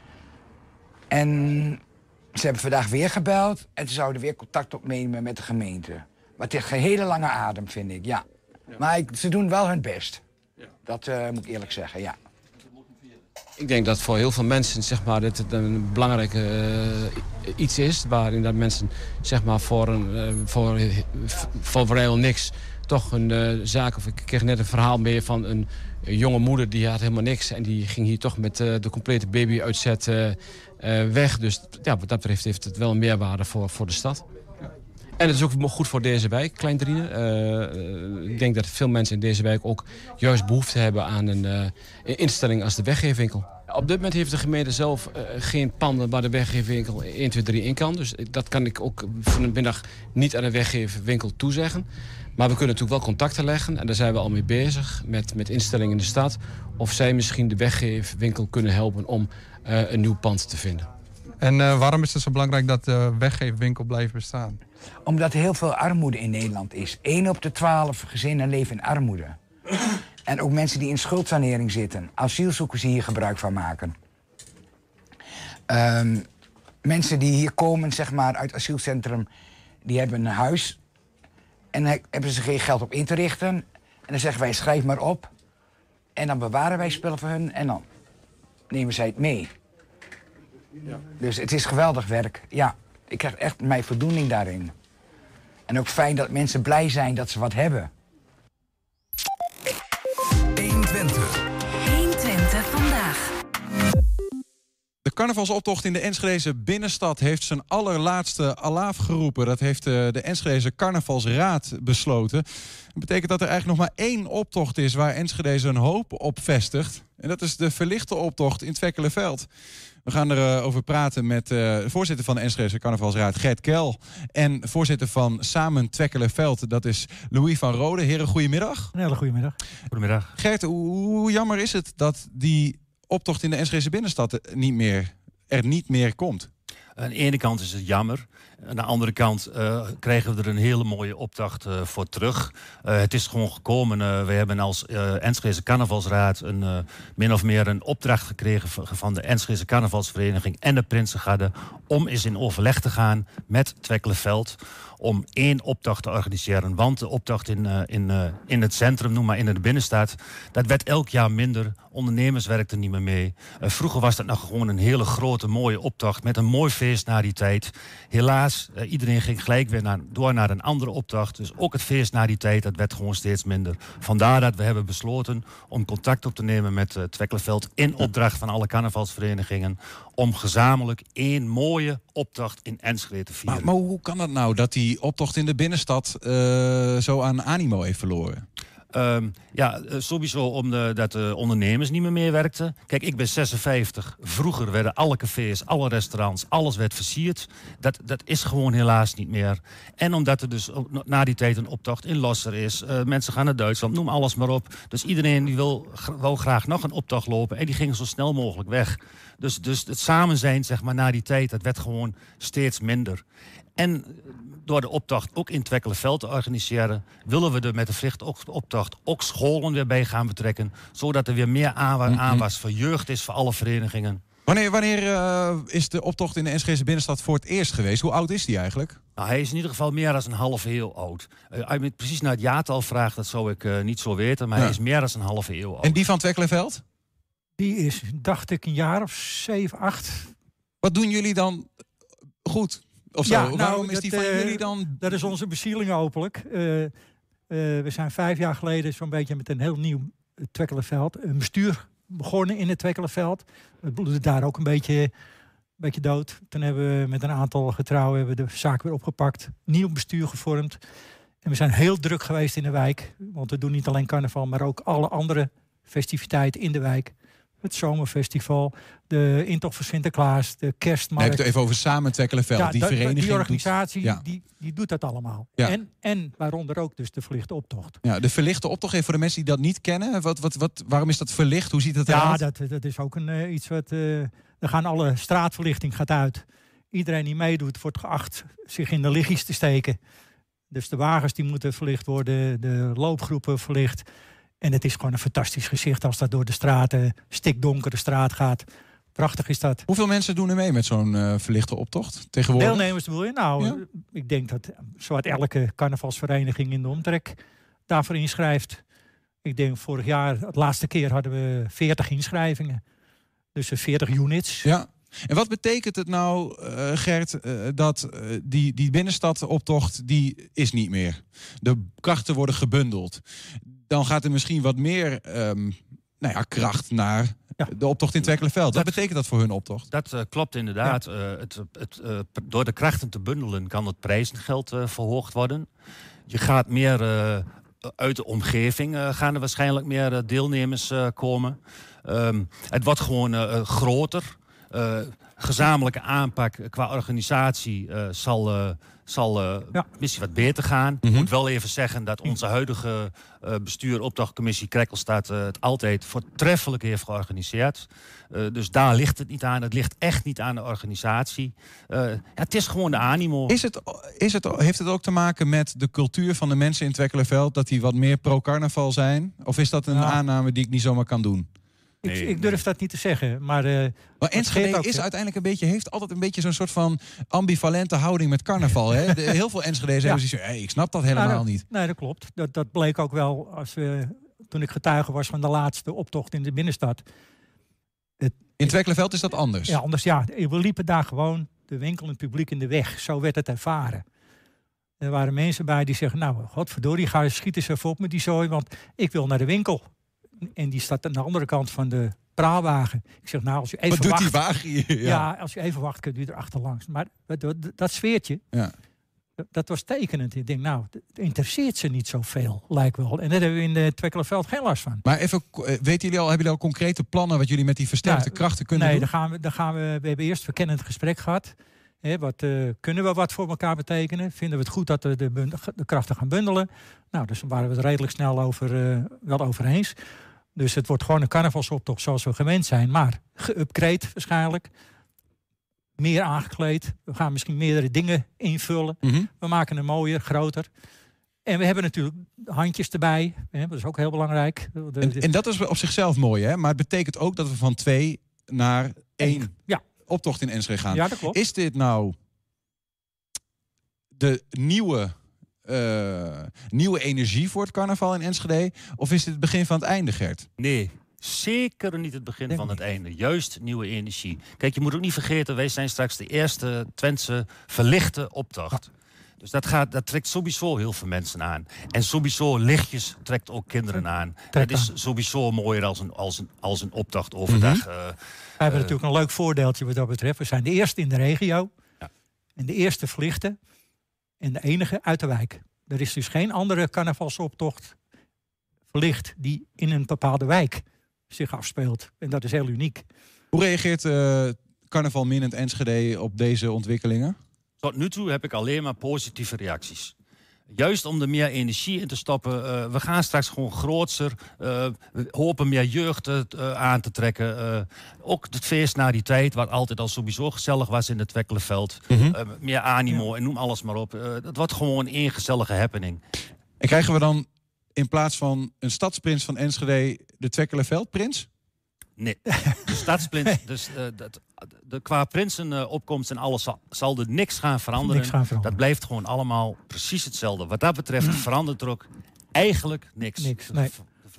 En ze hebben vandaag weer gebeld... en ze zouden weer contact opnemen met de gemeente. Maar het is een hele lange adem, vind ik, ja. Maar ze doen wel hun best. Dat moet ik eerlijk zeggen, ja. Ik denk dat voor heel veel mensen zeg maar, dit een belangrijk iets is... waarin dat mensen zeg maar, voor vrijwel niks toch een zaak... of ik kreeg net een verhaal mee van een jonge moeder... die had helemaal niks en die ging hier toch met de complete babyuitzet weg. Dus ja, wat dat betreft heeft het wel een meerwaarde voor de stad. En het is ook goed voor deze wijk, Klein Drienen. Ik denk dat veel mensen in deze wijk ook juist behoefte hebben aan een instelling als de weggeefwinkel. Op dit moment heeft de gemeente zelf geen panden waar de weggeefwinkel 1, 2, 3 in kan. Dus dat kan ik ook vanmiddag niet aan de weggeefwinkel toezeggen. Maar we kunnen natuurlijk wel contacten leggen. En daar zijn we al mee bezig met instellingen in de stad. Of zij misschien de weggeefwinkel kunnen helpen om een nieuw pand te vinden. En waarom is het zo belangrijk dat de weggeefwinkel blijft bestaan? Omdat er heel veel armoede in Nederland is. 1 op de 12 gezinnen leven in armoede. En ook mensen die in schuldsanering zitten. Asielzoekers die hier gebruik van maken. Mensen die hier komen, zeg maar, uit het asielcentrum... die hebben een huis. En daar hebben ze geen geld op in te richten. En dan zeggen wij, schrijf maar op. En dan bewaren wij spullen voor hun. En dan nemen zij het mee. Ja. Dus het is geweldig werk. Ja, ik krijg echt mijn voldoening daarin. En ook fijn dat mensen blij zijn dat ze wat hebben. 120 vandaag. De carnavalsoptocht in de Enschedese binnenstad heeft zijn allerlaatste alaaf geroepen. Dat heeft de Enschedese Carnavalsraad besloten. Dat betekent dat er eigenlijk nog maar 1 optocht is waar Enschede zijn hoop op vestigt. En dat is de verlichte optocht in Twekkelenveld. We gaan erover praten met de voorzitter van de Enschedese Carnavalsraad, Gert Kel. En voorzitter van Samen Twekkelenveld, dat is Louis van Rode. Heren, goedemiddag. Een hele goedemiddag. Goedemiddag. Gert, hoe jammer is het dat die optocht in de Enschedese binnenstad er niet meer komt? Aan de ene kant is het jammer. Aan de andere kant krijgen we er een hele mooie opdracht voor terug. Het is gewoon gekomen. We hebben als Enschedese Carnavalsraad min of meer een opdracht gekregen van de Enschedese Carnavalsvereniging en de Prinsengarde om eens in overleg te gaan met Twekkelenveld om 1 optocht te organiseren. Want de optocht in het centrum, noem maar in de binnenstad, dat werd elk jaar minder. Ondernemers werkten niet meer mee. Vroeger was dat nog gewoon een hele grote, mooie optocht met een mooi feest na die tijd. Helaas, iedereen ging gelijk weer door naar een andere optocht. Dus ook het feest na die tijd, dat werd gewoon steeds minder. Vandaar dat we hebben besloten om contact op te nemen met Twekkelenveld in opdracht van alle carnavalsverenigingen om gezamenlijk 1 mooie optocht in Enschede te vieren. Maar hoe kan dat nou dat die optocht in de binnenstad zo aan animo heeft verloren? Sowieso omdat de ondernemers niet meer meewerkten. Kijk, ik ben 56. Vroeger werden alle cafés, alle restaurants, alles werd versierd. Dat is gewoon helaas niet meer. En omdat er dus na die tijd een optocht in Losser is. Mensen gaan naar Duitsland, noem alles maar op. Dus iedereen die wil graag nog een optocht lopen. En die ging zo snel mogelijk weg. Dus het samen zijn, zeg maar, na die tijd, dat werd gewoon steeds minder. En door de optocht ook in Twekkelenveld te organiseren, willen we er met de vluchtoptocht ook scholen weer bij gaan betrekken, zodat er weer meer aanwas voor jeugd is voor alle verenigingen. Wanneer is de optocht in de Enschedese binnenstad voor het eerst geweest? Hoe oud is die eigenlijk? Nou, hij is in ieder geval meer dan een halve eeuw oud. Als je precies naar het jaartal vraagt, dat zou ik niet zo weten, maar hij is meer dan een halve eeuw oud. En die van Twekkelenveld? Die is, dacht ik, een jaar of 7, 8. Wat doen jullie dan goed? Of zo? Ja, Waarom is die van jullie dan... Dat is onze bezieling hopelijk. We zijn 5 jaar geleden zo'n beetje met een heel nieuw Twekkelenveld. Een bestuur begonnen in het Twekkelenveld. We bloedden daar ook een beetje dood. Toen hebben we met een aantal getrouwen de zaak weer opgepakt. Nieuw bestuur gevormd. En we zijn heel druk geweest in de wijk. Want we doen niet alleen carnaval, maar ook alle andere festiviteiten in de wijk. Het zomerfestival, de intocht voor Sinterklaas, de kerstmarkt. Je hebt het even over Samen Twekkelenveld. Ja, die vereniging die organisatie doet, die doet dat allemaal. Ja. En waaronder ook dus de verlichte optocht. Ja, de verlichte optocht, even voor de mensen die dat niet kennen. Waarom is dat verlicht? Hoe ziet dat eruit? Ja, dat is ook iets wat... er gaan alle straatverlichting gaat uit. Iedereen die meedoet wordt geacht zich in de liggies te steken. Dus de wagens die moeten verlicht worden, de loopgroepen verlicht. En het is gewoon een fantastisch gezicht als dat door de straten, stikdonkere straat gaat. Prachtig is dat. Hoeveel mensen doen er mee met zo'n verlichte optocht tegenwoordig? Deelnemers bedoel je? Nou, ik denk dat zowat elke carnavalsvereniging in de omtrek daarvoor inschrijft. Ik denk vorig jaar, de laatste keer hadden we 40 inschrijvingen. Dus 40 units. Ja. En wat betekent het nou, Gert, dat die binnenstadoptocht die is niet meer? De krachten worden gebundeld. Dan gaat er misschien wat meer kracht naar de optocht in Twekkelenveld. Wat betekent dat voor hun optocht? Dat klopt inderdaad. Ja. Door de krachten te bundelen kan het prijzengeld verhoogd worden. Je gaat meer uit de omgeving, gaan er waarschijnlijk meer deelnemers komen. Het wordt gewoon groter. Gezamenlijke aanpak qua organisatie zal misschien wat beter gaan. Ik moet wel even zeggen dat onze huidige bestuur, optochtcommissie Krekkelstad het altijd voortreffelijk heeft georganiseerd. Dus daar ligt het niet aan. Het ligt echt niet aan de organisatie. Het is gewoon de animo. Heeft het ook te maken met de cultuur van de mensen in Twekkelenveld, dat die wat meer pro-carnaval zijn? Of is dat een aanname die ik niet zomaar kan doen? Ik durf dat niet te zeggen. Maar Enschede is uiteindelijk heeft altijd een beetje zo'n soort van ambivalente houding met carnaval. Hè? Heel veel Enschede's hebben zoiets van, ik snap dat helemaal niet. Nee, dat klopt. Dat bleek ook wel toen ik getuige was van de laatste optocht in de binnenstad. In Twekkelenveld is dat anders? Ja, anders ja. We liepen daar gewoon de winkel en het publiek in de weg. Zo werd het ervaren. Er waren mensen bij die zeggen, nou, godverdorie, ga schieten ze even op met die zooi, want ik wil naar de winkel. En die staat aan de andere kant van de praalwagen. Ik zeg, nou, als u even wacht... Wat doet die wagen hier? Ja, als u even wacht, kunt u er achterlangs. Maar dat sfeertje, dat was tekenend. Ik denk, nou, het interesseert ze niet zoveel, lijkt wel. En daar hebben we in de Twekkelenveld geen last van. Maar even, hebben jullie al concrete plannen wat jullie met die versterkte krachten kunnen doen? Nee, we hebben eerst verkennend gesprek gehad. Kunnen we wat voor elkaar betekenen? Vinden we het goed dat we de krachten gaan bundelen? Nou, dus waren we het redelijk snel wel over eens. Dus het wordt gewoon een carnavalsoptocht zoals we gewend zijn. Maar geüpgrade waarschijnlijk. Meer aangekleed. We gaan misschien meerdere dingen invullen. We maken hem mooier, groter. En we hebben natuurlijk handjes erbij. Dat is ook heel belangrijk. En dat is op zichzelf mooi, hè? Maar het betekent ook dat we van 2 naar 1... optocht in Enschede gaan. Ja, dat klopt. Is dit nou de nieuwe energie voor het carnaval in Enschede? Of is dit het begin van het einde, Gert? Nee, zeker niet het begin van het einde. Juist nieuwe energie. Kijk, je moet ook niet vergeten, wij zijn straks de eerste Twentse verlichte optocht. Dus dat trekt sowieso heel veel mensen aan. En sowieso lichtjes trekt ook kinderen aan. Het is sowieso mooier als een optocht overdag. We hebben natuurlijk een leuk voordeeltje wat dat betreft. We zijn de eerste in de regio. Ja. En de eerste verlichte. En de enige uit de wijk. Er is dus geen andere carnavalsoptocht verlicht die in een bepaalde wijk zich afspeelt. En dat is heel uniek. Hoe reageert Carnaval Minnend Enschede op deze ontwikkelingen? Tot nu toe heb ik alleen maar positieve reacties. Juist om er meer energie in te stoppen. We gaan straks gewoon grootser. We hopen meer jeugd aan te trekken. Ook het feest na die tijd, wat altijd al sowieso gezellig was in het Twekkelenveld. Meer animo en noem alles maar op. Het wordt gewoon één gezellige happening. En krijgen we dan in plaats van een stadsprins van Enschede de Twekkelenveldprins? Nee, de stadsprins. Dus qua prinsenopkomst en alles zal er niks gaan veranderen. Dat blijft gewoon allemaal precies hetzelfde. Wat dat betreft verandert er ook eigenlijk niks. Nee.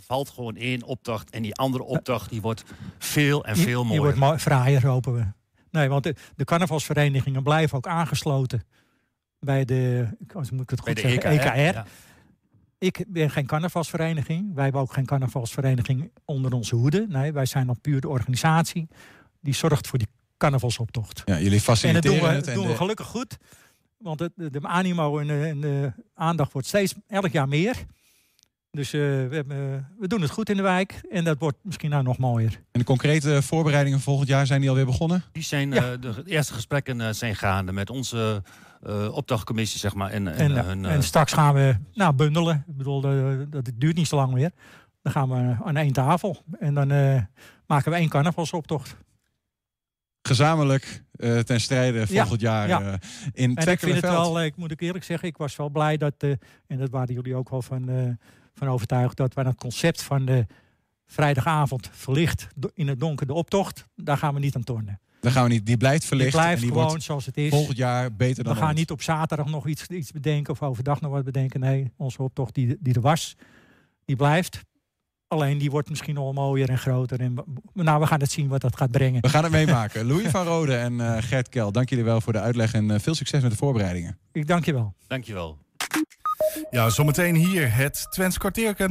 valt gewoon 1 optocht. En die andere optocht die wordt veel en veel mooier. Die wordt fraaier, hopen we. Nee, want de carnavalsverenigingen blijven ook aangesloten bij de, als moet ik het goed zeggen, EKR. Ja. Ik ben geen carnavalsvereniging. Wij hebben ook geen carnavalsvereniging onder onze hoede. Nee, wij zijn dan puur de organisatie die zorgt voor die carnavalsoptocht. Ja, jullie faciliteren en dat doen we gelukkig goed. Want de animo en de aandacht wordt steeds elk jaar meer. Dus we doen het goed in de wijk. En dat wordt misschien nou nog mooier. En de concrete voorbereidingen volgend jaar, zijn die alweer begonnen? Die zijn, de eerste gesprekken zijn gaande met onze opdrachtcommissie, zeg maar. En straks gaan we bundelen. Ik bedoel, dat duurt niet zo lang meer. Dan gaan we aan 1 tafel. En dan maken we 1 carnavalsoptocht. Gezamenlijk ten strijde volgend jaar in Twekkelenveld. Ik vind het wel, ik moet eerlijk zeggen, ik was wel blij dat, en dat waren jullie ook wel van overtuigd, dat we het concept van de vrijdagavond verlicht in het donker de optocht, daar gaan we niet aan tornen. Daar gaan we niet, die blijft verlicht. Die blijft en die gewoon wordt zoals het is. Volgend jaar beter dan we gaan ooit. niet op zaterdag nog iets bedenken of overdag nog wat bedenken. Nee, onze optocht die er was, die blijft. Alleen die wordt misschien nog mooier en groter. En we gaan het zien wat dat gaat brengen. We gaan het meemaken. Louis van Rode en Gert Kel, dank jullie wel voor de uitleg en veel succes met de voorbereidingen. Ik dank je wel. Dank je wel. Ja, zometeen hier het Twents kwartierken.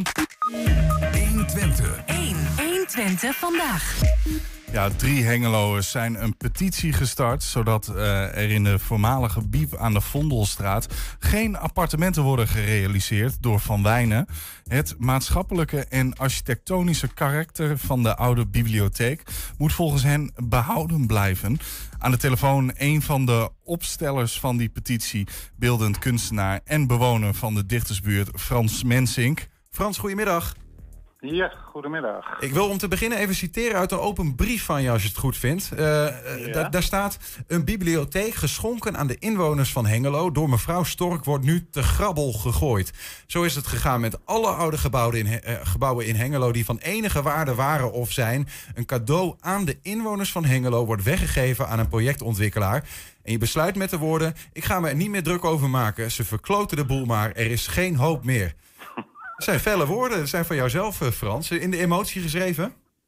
120. 120 vandaag. Ja, 3 Hengeloers zijn een petitie gestart, zodat er in de voormalige Biep aan de Vondelstraat geen appartementen worden gerealiseerd door Van Wijnen. Het maatschappelijke en architectonische karakter van de oude bibliotheek moet volgens hen behouden blijven. Aan de telefoon een van de opstellers van die petitie, beeldend kunstenaar en bewoner van de dichtersbuurt Frans Mensink. Frans, goedemiddag. Ja, goedemiddag. Ik wil om te beginnen even citeren uit een open brief van je, als je het goed vindt. Daar staat: een bibliotheek geschonken aan de inwoners van Hengelo door mevrouw Stork wordt nu te grabbel gegooid. Zo is het gegaan met alle oude gebouwen in Hengelo die van enige waarde waren of zijn. Een cadeau aan de inwoners van Hengelo wordt weggegeven aan een projectontwikkelaar. En je besluit met de woorden: ik ga me er niet meer druk over maken. Ze verkloten de boel maar. Er is geen hoop meer. Het zijn felle woorden. Het zijn van jouzelf, Frans. In de emotie geschreven?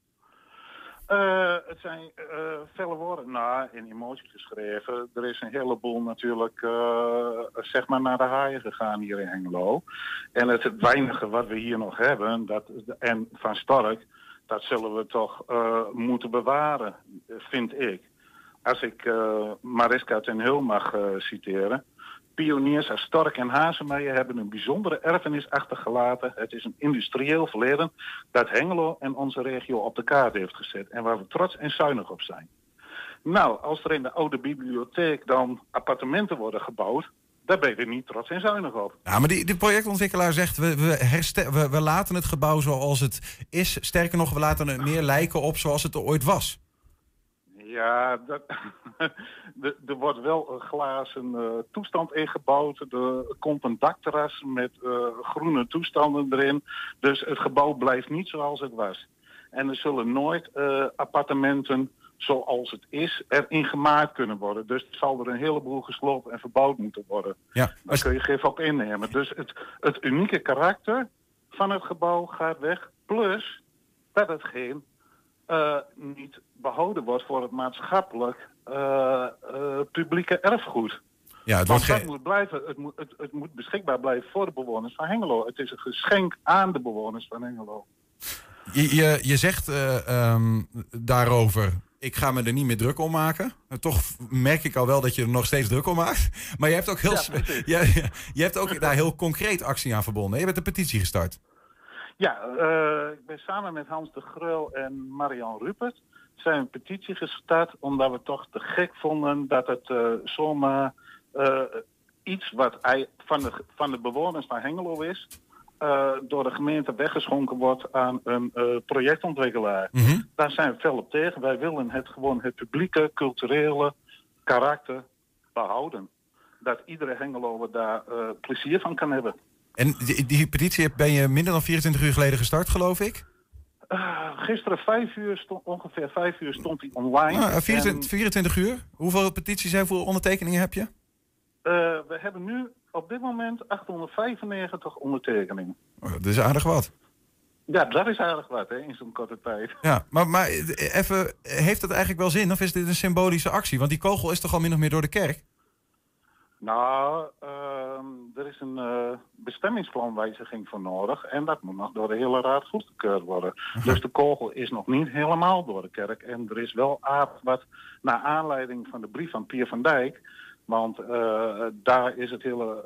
Het zijn felle woorden. Nou, in emotie geschreven. Er is een heleboel natuurlijk zeg maar naar de haaien gegaan hier in Hengelo. En het weinige wat we hier nog hebben, en van Stork, dat zullen we toch moeten bewaren, vind ik. Als ik Mariska ten Heul mag citeren. Pioniers als Stork en Hazemeijer hebben een bijzondere erfenis achtergelaten. Het is een industrieel verleden dat Hengelo en onze regio op de kaart heeft gezet. En waar we trots en zuinig op zijn. Nou, als er in de oude bibliotheek dan appartementen worden gebouwd, daar ben je er niet trots en zuinig op. Ja, maar die projectontwikkelaar zegt, we laten het gebouw zoals het is. Sterker nog, we laten het meer lijken op zoals het er ooit was. Ja, er wordt wel een glazen toestand ingebouwd. Er komt een dakterras met groene toestanden erin. Dus het gebouw blijft niet zoals het was. En er zullen nooit appartementen zoals het is erin gemaakt kunnen worden. Dus zal er een heleboel gesloopt en verbouwd moeten worden. Ja, Daar kun je gif op innemen. Dus het unieke karakter van het gebouw gaat weg. Plus dat hetgeen niet behouden wordt voor het maatschappelijk publieke erfgoed. Ja, dat moet blijven. Het moet beschikbaar blijven voor de bewoners van Hengelo. Het is een geschenk aan de bewoners van Hengelo. Je zegt daarover, ik ga me er niet meer druk om maken. Toch merk ik al wel dat je er nog steeds druk om maakt. Maar je hebt ook, je hebt ook daar heel concreet actie aan verbonden. Je bent een petitie gestart. Ja, ik ben samen met Hans de Greul en Marian Rupert zijn een petitie gestart omdat we toch te gek vonden dat het zomaar iets wat van de bewoners van Hengelo is, door de gemeente weggeschonken wordt aan een projectontwikkelaar. Mm-hmm. Daar zijn we fel op tegen. Wij willen het publieke, culturele karakter behouden. Dat iedere Hengeloer daar plezier van kan hebben. En die petitie ben je minder dan 24 uur geleden gestart, geloof ik? Gisteren ongeveer 5 uur stond hij online. 24 uur? Hoeveel petities en hoeveel ondertekeningen heb je? We hebben nu op dit moment 895 ondertekeningen. Dat is aardig wat. Ja, dat is eigenlijk wat, hè, in zo'n korte tijd. Ja, maar even, heeft dat eigenlijk wel zin? Of is dit een symbolische actie? Want die kogel is toch al min of meer door de kerk? Nou, er is een bestemmingsplanwijziging voor nodig. En dat moet nog door de hele raad goedgekeurd worden. Dus de kogel is nog niet helemaal door de kerk. En er is wel wat naar aanleiding van de brief van Pier van Dijk. Want daar is het hele,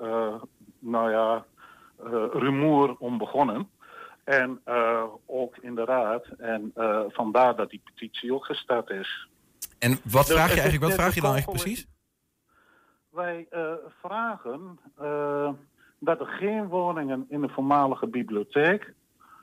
rumoer om begonnen. En ook in de raad. En vandaar dat die petitie ook gestart is. En wat vraag je eigenlijk? Wat vraag je dan eigenlijk precies? Wij vragen dat er geen woningen in de voormalige bibliotheek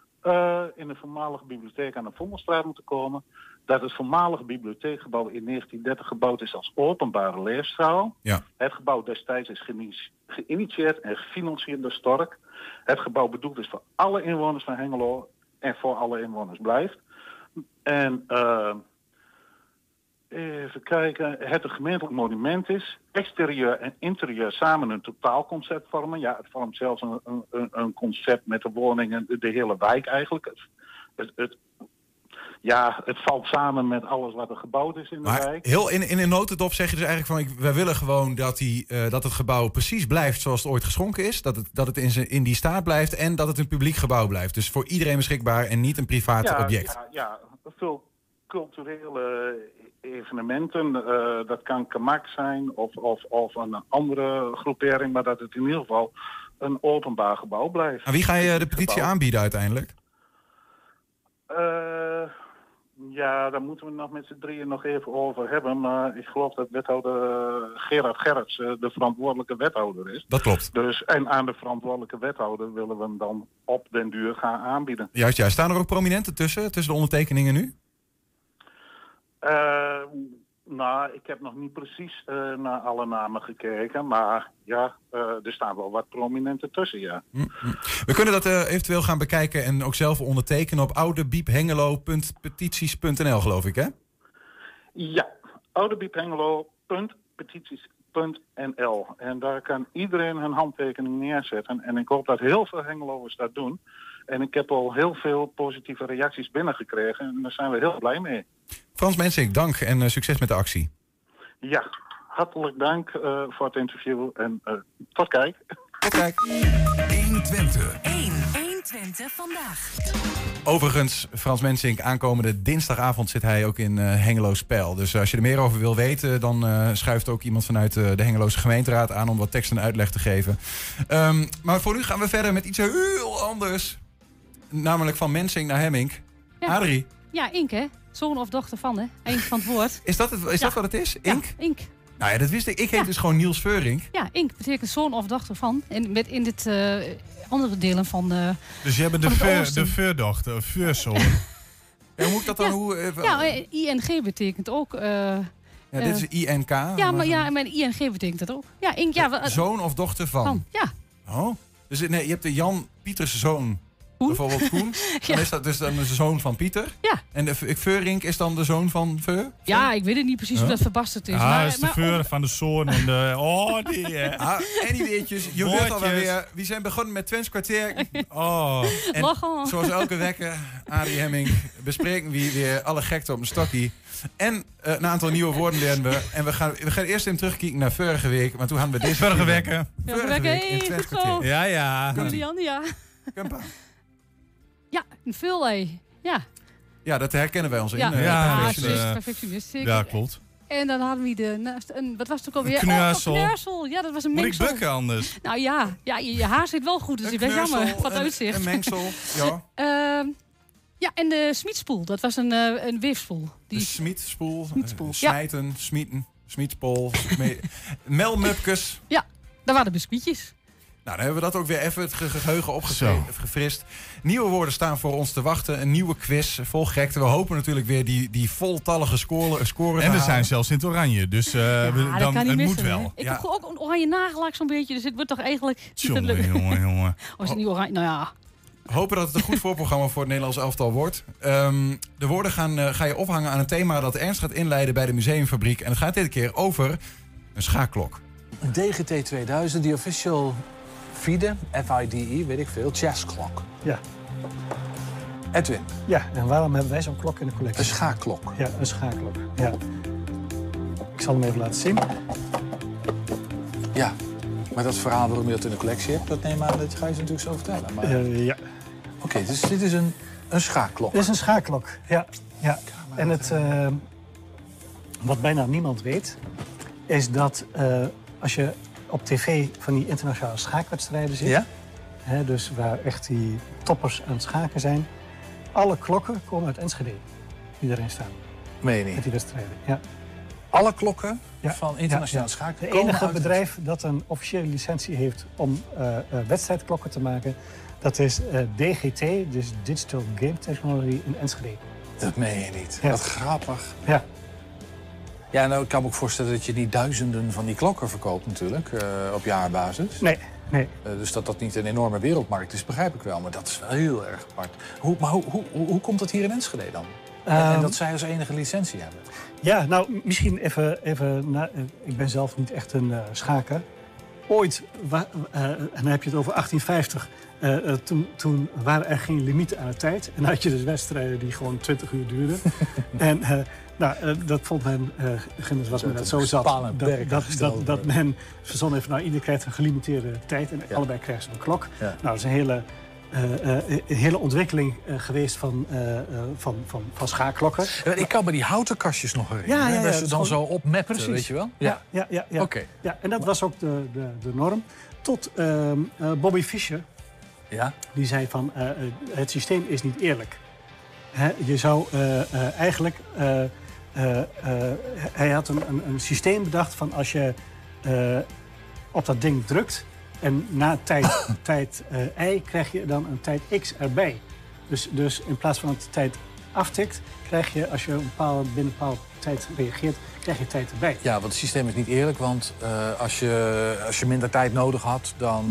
aan de Vondelstraat moeten komen. Dat het voormalige bibliotheekgebouw in 1930 gebouwd is als openbare leefzaal. Ja. Het gebouw destijds is geïnitieerd en gefinancierd door Stork. Het gebouw bedoeld is voor alle inwoners van Hengelo en voor alle inwoners blijft. En even kijken, het een gemeentelijk monument is. Exterieur en interieur samen een totaalconcept vormen. Ja, het vormt zelfs een concept met de woningen, de hele wijk eigenlijk. Het valt samen met alles wat er gebouwd is in de wijk. Heel in een notendop zeg je dus eigenlijk van... wij willen gewoon dat het gebouw precies blijft zoals het ooit geschonken is. Dat het in die staat blijft en dat het een publiek gebouw blijft. Dus voor iedereen beschikbaar en niet een privaat object. Ja, veel culturele evenementen. Dat kan Kamak zijn of een andere groepering. Maar dat het in ieder geval een openbaar gebouw blijft. En wie ga je de petitie aanbieden uiteindelijk? Ja, daar moeten we nog met z'n drieën nog even over hebben. Maar ik geloof dat wethouder Gerard Gerrits de verantwoordelijke wethouder is. Dat klopt. Dus, en aan de verantwoordelijke wethouder willen we hem dan op den duur gaan aanbieden. Juist, ja. Staan er ook prominenten tussen de ondertekeningen nu? Nou, ik heb nog niet precies naar alle namen gekeken. Maar ja, er staan wel wat prominenten tussen, ja. We kunnen dat eventueel gaan bekijken en ook zelf ondertekenen op oudebiepHengelo.petities.nl, geloof ik, hè? Ja, oudebiepHengelo.petities.nl. En daar kan iedereen hun handtekening neerzetten. En ik hoop dat heel veel Hengeloers dat doen. En ik heb al heel veel positieve reacties binnengekregen. En daar zijn we heel blij mee. Frans Mensink, dank en succes met de actie. Ja, hartelijk dank voor het interview en tot kijk. Tot kijk. 120. 120 vandaag. Overigens, Frans Mensink, aankomende dinsdagavond zit hij ook in Hengelo Spel. Dus als je er meer over wil weten, dan schuift ook iemand vanuit de Hengeloze gemeenteraad aan om wat tekst en uitleg te geven. Maar voor nu gaan we verder met iets heel anders. Namelijk van Mensink naar Hemmink. Ja. Adrie. Ja, Ink, hè? Zoon of dochter van, hè? Eén van het woord. Is dat wat het is? Ink? Ja, Ink. Nou ja, dat wist ik. Ik heet dus gewoon Niels Veurink. Ja, Ink betekent zoon of dochter van. En met in dit andere delen van dus je hebt de veurdochter, of veurzoon. Ja, hoe moet ik dat dan? ING betekent ook... dit is INK. Ja, maar ING betekent dat ook. Ja, Ink, zoon of dochter van? Ja. Oh. Dus je hebt de Jan Pieters zoon. Bijvoorbeeld Koen. Dan is dat dus dan de zoon van Pieter. Ja. En de Veurink is dan de zoon van Veur? Ja, ik weet het niet precies hoe dat verbasterd is. Ah, is de Veur van de zoon en de... Oh, die... Anyweetjes, je weet al weer. We zijn begonnen met Twents kwartier. Oh. En zoals elke week, Adrie Hemmink, bespreken we weer alle gekte op een stokkie. En een aantal nieuwe woorden leren we. En we gaan eerst even terugkijken naar vorige week. Maar toen hadden we deze... Vorige week in Twents kwartier. Ja. Julian, ja. Kumpa. Ja, een vul, ja. Ja, dat herkennen wij ons in. Perfectionist. Ja, klopt. En dan hadden we wat was het ook alweer? Knursel. Knursel. Ja, dat was een mengsel. Moet ik bukken anders? Nou ja, je haar zit wel goed, dus ik ben jammer. Wat uitzicht. Een mengsel, ja. Ja, en de smietspoel. Dat was een weefspoel. De smietspoel. Smijten, smieten, smietspol. Melmupkes. Ja, daar waren biscuitjes. Nou, dan hebben we dat ook weer even het geheugen opgefrist. Nieuwe woorden staan voor ons te wachten. Een nieuwe quiz, vol gekte. We hopen natuurlijk weer die voltallige scoren te halen. En we zijn zelfs in het oranje, dus het moet wel. Hè? Ik heb ook een oranje nagellak zo'n beetje, dus het wordt toch eigenlijk... Jongen. Of is het niet oranje? Nou ja... Hopen dat het een goed voorprogramma voor het Nederlands elftal wordt. De woorden ga je ophangen aan een thema dat Ernst gaat inleiden bij de Museumfabriek. En het gaat dit keer over een schaakklok. Een DGT 2000, die official FIDE, F-I-D-E, weet ik veel, chess clock. Ja. Edwin. Ja, en waarom hebben wij zo'n klok in de collectie? Een schaakklok. Ja, een schaakklok. Ja. Ik zal hem even laten zien. Ja, maar dat verhaal waarom je dat in de collectie hebt, dat neem ik aan, dat ga je ze natuurlijk zo vertellen. Maar... Ja. Oké, dus dit is een schaakklok. Dit is een schaakklok, ja. En wat bijna niemand weet, is dat als je op tv van die internationale schaakwedstrijden ziet... Ja? Dus waar echt die toppers aan het schaken zijn... alle klokken komen uit Enschede, die erin staan. Meen je niet? Met die wedstrijden, ja. Alle klokken van internationaal schaken Het komen enige uit... bedrijf dat een officiële licentie heeft om wedstrijdklokken te maken... dat is DGT, dus Digital Game Technology in Enschede. Dat meen je niet. Ja. Wat grappig. Ja. Ja, nou, ik kan me ook voorstellen dat je niet duizenden van die klokken verkoopt natuurlijk, op jaarbasis. Nee. Dus dat niet een enorme wereldmarkt is, begrijp ik wel. Maar dat is wel heel erg apart. Hoe komt het hier in Enschede dan? En dat zij als enige licentie hebben? Ja, nou, misschien even ik ben zelf niet echt een schaker. Ooit, en dan heb je het over 1850... Toen waren er geen limieten aan de tijd. En dan had je dus wedstrijden die gewoon 20 uur duurden. En dat vond men, was men dat zo zat, dat men verzonnen heeft... nou, ieder krijgt een gelimiteerde tijd en allebei krijgen ze een klok. Ja. Nou, dat is een hele ontwikkeling geweest van schaakklokken. Ik kan me die houten kastjes nog herinneren. Ja, waar ze dan zo op mapten, weet je wel? Ja. Oké. Ja, en dat was ook de norm. Tot Bobby Fischer... Ja? Die zei van, het systeem is niet eerlijk. Je zou eigenlijk... hij had een systeem bedacht van als je op dat ding drukt... en na tijd I krijg je dan een tijd X erbij. Dus in plaats van dat de tijd aftikt... krijg je, als je binnen een bepaalde tijd reageert... krijg je tijd erbij. Ja, want het systeem is niet eerlijk, want als je minder tijd nodig had, dan...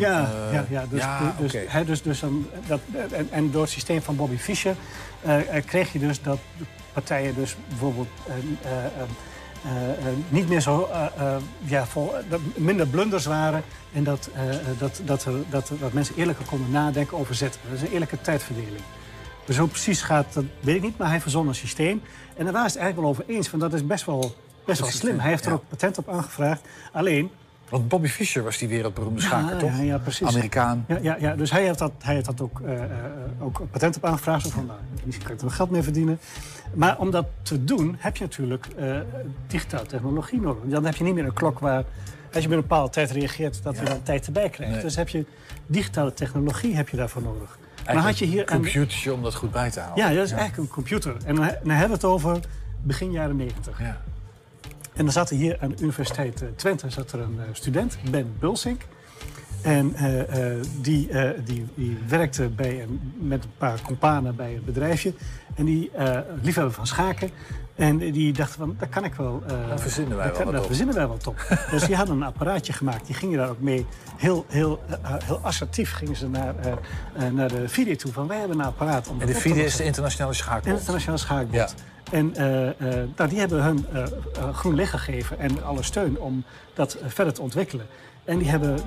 En door het systeem van Bobby Fischer kreeg je dus dat de partijen dus bijvoorbeeld niet meer zo minder blunders waren en dat mensen eerlijker konden nadenken over zetten. Dat is een eerlijke tijdverdeling. Dus hoe precies gaat, dat weet ik niet, maar hij verzon een systeem. En daar waren ze het eigenlijk wel over eens, want dat is best wel slim. Hij heeft er ook patent op aangevraagd. Alleen... Want Bobby Fischer was die wereldberoemde schaker, toch? Ja, precies. Amerikaan. Ja, dus hij heeft dat ook patent op aangevraagd. Zo van, nou, misschien kan ik er wel geld mee verdienen. Maar om dat te doen, heb je natuurlijk digitale technologie nodig. Dan heb je niet meer een klok waar, als je binnen een bepaalde tijd reageert, dat je dan tijd erbij krijgt. Nee. Dus heb je digitale technologie heb je daarvoor nodig. Maar had je hier een computertje om dat goed bij te houden. Ja, dat is eigenlijk een computer. En dan hebben we het over begin jaren 90. Ja. En dan zat er hier aan de Universiteit Twente een student, Ben Bulsink. En die werkte met een paar companen bij een bedrijfje. En die liefhebber van schaken. En die dachten van, daar kan ik wel... Daar verzinnen wij wel wat op. Dus die hadden een apparaatje gemaakt. Die gingen daar ook mee heel assertief gingen ze naar de FIDE toe. Van, wij hebben een apparaat. En de FIDE is de internationale schaakbond? Internationale schaakbond. Ja. En die hebben hun groen licht gegeven en alle steun om dat verder te ontwikkelen. En die hebben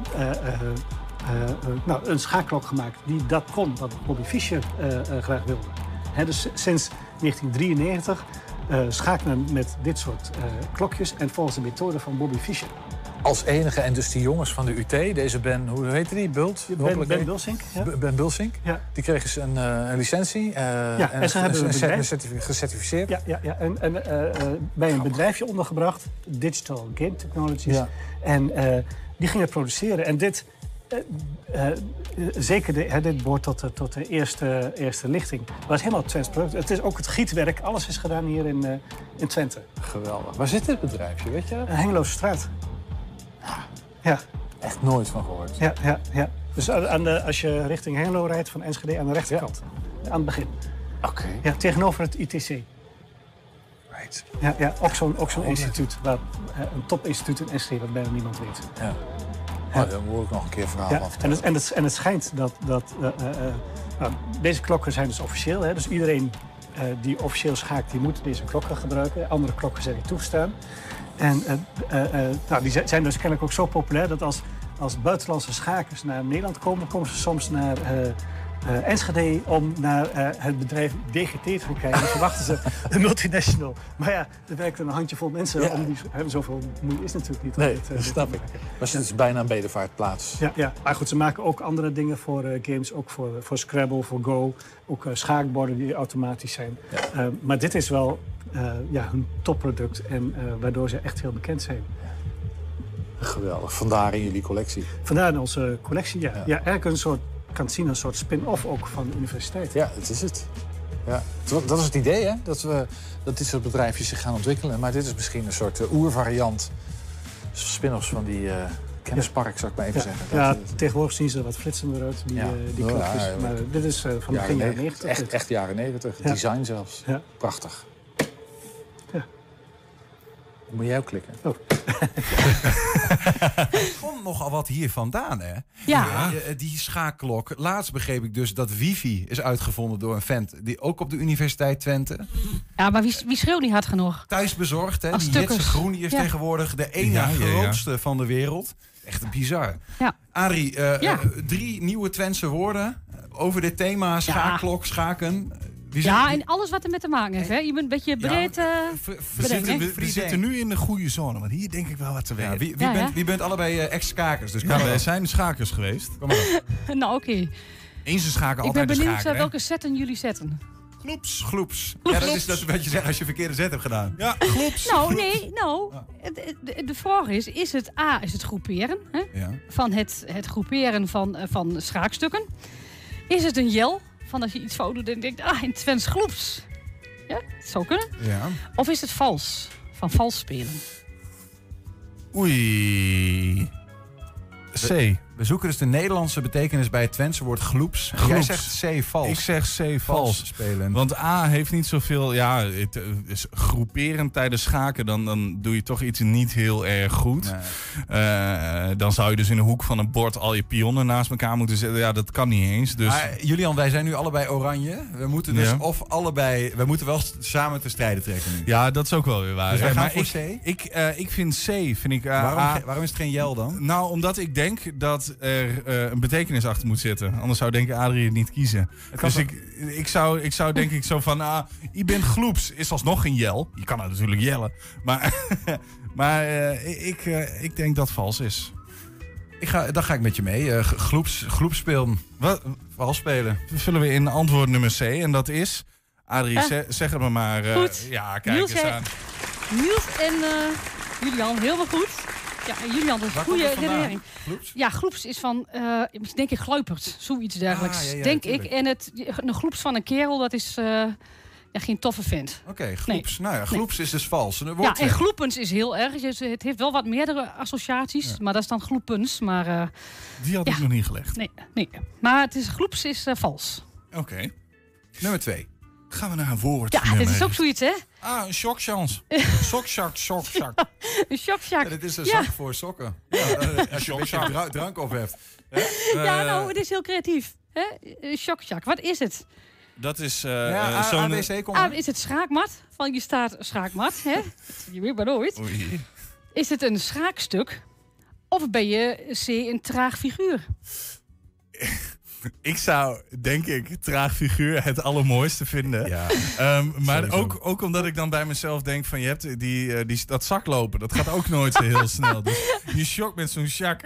een schaakklok gemaakt die dat kon, wat Bobby Fischer graag wilde. Dus sinds 1993 schaakt men met dit soort klokjes en volgens de methode van Bobby Fischer. Als enige, en dus die jongens van de UT, deze Ben, hoe heette die? Ben Bulsink. Ja. Ben Bulsink. Ja. Die kregen ze een licentie. En ze hebben gecertificeerd. Ja. En bij een bedrijfje ondergebracht, Digital Game Technologies. Ja. En die gingen produceren. En dit, dit behoort tot de eerste lichting. Het was helemaal Twents product. Het is ook het gietwerk. Alles is gedaan hier in Twente. Geweldig. Waar zit dit bedrijfje, weet je? Hengeloze straat. Ja. Echt nooit van gehoord. Ja. Dus als je richting Hengelo rijdt van Enschede aan de rechterkant. Ja. Aan het begin. Oké. Ja, tegenover het ITC. Right. Ja, ook zo'n instituut. Een topinstituut in Enschede dat bijna niemand weet. Ja. Dan moet ik nog een keer verhaal af. En het schijnt dat deze klokken zijn dus officieel. Dus iedereen die officieel schaakt, die moet deze klokken gebruiken. Andere klokken zijn niet toegestaan. En die zijn dus kennelijk ook zo populair dat als buitenlandse schakers naar Nederland komen, komen ze soms Enschede om naar het bedrijf DGT te gaan kijken. Dan verwachten ze een multinational. Maar ja, er werkt een handjevol mensen. Ja. Om die zoveel moeite is natuurlijk niet. Nee, dat snap ik. Maar het is bijna een bedevaartplaats. Ja, maar goed, ze maken ook andere dingen voor games. Ook voor Scrabble, voor Go. Ook schaakborden die automatisch zijn. Ja. Maar dit is wel hun topproduct. En waardoor ze echt heel bekend zijn. Geweldig. Vandaar in jullie collectie. Vandaar in onze collectie, ja. Ja, eigenlijk een soort een soort spin-off ook van de universiteit. Ja, dat is het. Ja. Dat is het idee, hè? Dat dit soort bedrijfjes zich gaan ontwikkelen. Maar dit is misschien een soort oervariant. Spin-offs van die kennispark, zou ik maar even zeggen. Ja, tegenwoordig zien ze er wat flitsender uit, die klokjes. Maar dit is van begin jaren 90. Echt jaren 90. Ja. Design zelfs. Ja. Prachtig. Ja. Moet jij ook klikken? Oh. Komt nogal wat hier vandaan, hè? Ja. Die schaakklok. Laatst begreep ik dus dat wifi is uitgevonden door een vent die ook op de Universiteit Twente. Ja, maar wie schreeuwt niet hard genoeg? Thuisbezorgd, hè? Als Die Jitse Groen die is tegenwoordig de ene grootste van de wereld. Echt bizar. Ja. Adrie, 3 nieuwe Twentse woorden over dit thema. Schaakklok, schaken. En alles wat ermee te maken heeft. Hè? Je bent een beetje breed. We zitten nu in de goede zone, want hier denk ik wel wat te weten. Wie bent allebei ex-schakers? Dus wij zijn schakers geweest. Kom maar op. Nou, oké. Eens een schaker, altijd een schaker. Ik ben benieuwd welke zetten jullie zetten. Gloeps. Ja, dat is wat je zegt als je verkeerde zet hebt gedaan. Ja, gloeps. De vraag is het A, is het groeperen? Hè? Ja. Van het groeperen van schaakstukken. Is het een jel? Van als je iets fout doet en denkt, in Twents gloeps. Ja, het zou kunnen. Ja. Of is het vals? Van vals spelen. Oei. C. We zoeken dus de Nederlandse betekenis bij het Twentse woord gloeps. Jij zegt C, vals. Ik zeg C, vals. Spelen. Want A heeft niet zoveel... Ja, het is groeperen tijdens schaken. Dan doe je toch iets niet heel erg goed. Nee. Dan zou je dus in de hoek van een bord al je pionnen naast elkaar moeten zetten. Ja, dat kan niet eens. Dus... Maar, Julian, wij zijn nu allebei oranje. We moeten dus of allebei... We moeten wel samen te strijden trekken nu. Ja, dat is ook wel weer waar. Dus wij gaan voor C? Ik vind C... Waarom is het geen jel dan? Nou, omdat ik denk dat er een betekenis achter moet zitten. Anders zou denk ik Adrie het niet kiezen. Dus ik zou denk ik zo van... je bent gloeps, is alsnog geen jel. Je kan het natuurlijk jellen. Maar ik denk dat het vals is. Dan ga ik met je mee. Gloeps spelen. Wat? Vals spelen. Vullen we in antwoord nummer C. En dat is... Adrie, zeg het maar. Goed. Ja, kijk Niels eens aan. Niels en Julian, helemaal goed. Ja, en Julian, dat is een goede redenering. Gloeps? Ja, gloeps is van, denk ik, gluiperd. Zoiets dergelijks. Denk ik. En een gloeps van een kerel, dat is geen toffe vent. Oké, gloeps. Nee. Nou ja, gloeps is dus vals. En gloepens is heel erg. Het heeft wel wat meerdere associaties, maar dat is dan gloepens. Maar, die had ik nog niet gelegd. Nee. Maar gloeps is vals. Oké. Nummer 2. Gaan we naar een woord. Ja, dit is ook zoiets, hè? Een shockchance. Sokszak. Een shockzak. Ja, dit is een zak voor sokken. Ja, als je een beetje drank op hebt. Het is heel creatief. Een shockzak. Wat is het? Dat is zo'n... A, is het schaakmat? Van je staat schaakmat, hè? Je weet maar nooit. Oei. Is het een schaakstuk? Of ben je C, een traag figuur? Ik zou, denk ik, traag figuur het allermooiste vinden. Ja, maar ook omdat ik dan bij mezelf denk van... je hebt dat zaklopen, dat gaat ook nooit zo heel snel. Dus je shock met zo'n sjak.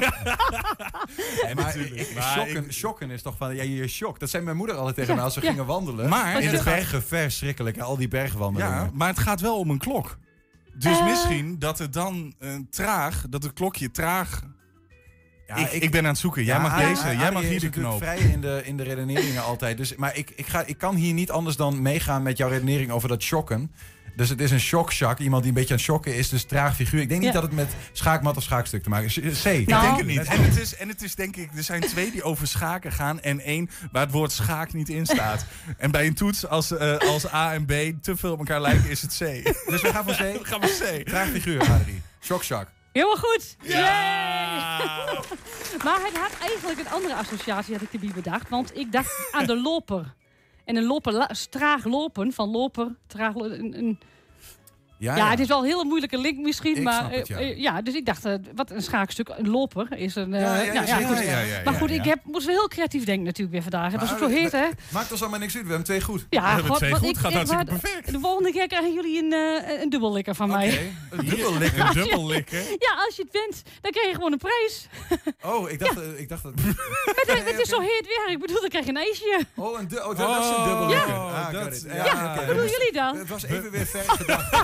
Shocken is toch van... Ja, je shock. Dat zei mijn moeder altijd tegen mij als we gingen wandelen. Maar in de bergen verschrikkelijk. Al die bergwandelingen. Ja, maar het gaat wel om een klok. Dus misschien dat het dan dat het klokje traag... Ja, ik ben aan het zoeken. Jij mag deze. Jij mag hier de knoop. Vrij in de redeneringen altijd. Dus, maar ik kan hier niet anders dan meegaan met jouw redenering over dat shocken. Dus het is een shockzak. Iemand die een beetje aan het shocken is. Dus traag figuur. Ik denk niet dat het met schaakmat of schaakstuk te maken is. C. Ik denk het niet. En het is denk ik... Er zijn 2 die over schaken gaan. En 1 waar het woord schaak niet in staat. En bij een toets als A en B te veel op elkaar lijken is het C. Dus we gaan voor C? We gaan voor C. Traag figuur, Adrie. Shockzak. Helemaal goed. Ja! Maar het had eigenlijk een andere associatie, had ik erbij bedacht. Want ik dacht aan de loper. En een loper, traag lopen, van loper, traag Ja, het is wel een hele moeilijke link misschien. Ik maar snap het, ja. dus ik dacht, wat een schaakstuk, een loper is een... goed. Maar goed, ik moest wel heel creatief denken natuurlijk weer vandaag. Dat is ook zo heet, hè? Maakt ons allemaal niks uit, we hebben 2 goed. Ja, we hebben 2 goed, gaat hartstikke perfect. De volgende keer krijgen jullie een dubbellikker van mij. Een dubbellikker? Een dubbellikker? Ja, als je het wint, dan krijg je gewoon een prijs. Oh, ik dacht dat... Het is zo heet weer. Ik bedoel, dan krijg je een ijsje. Dat is een dubbellikker. Hoe bedoelen jullie dan? Het was even weer ver gedacht.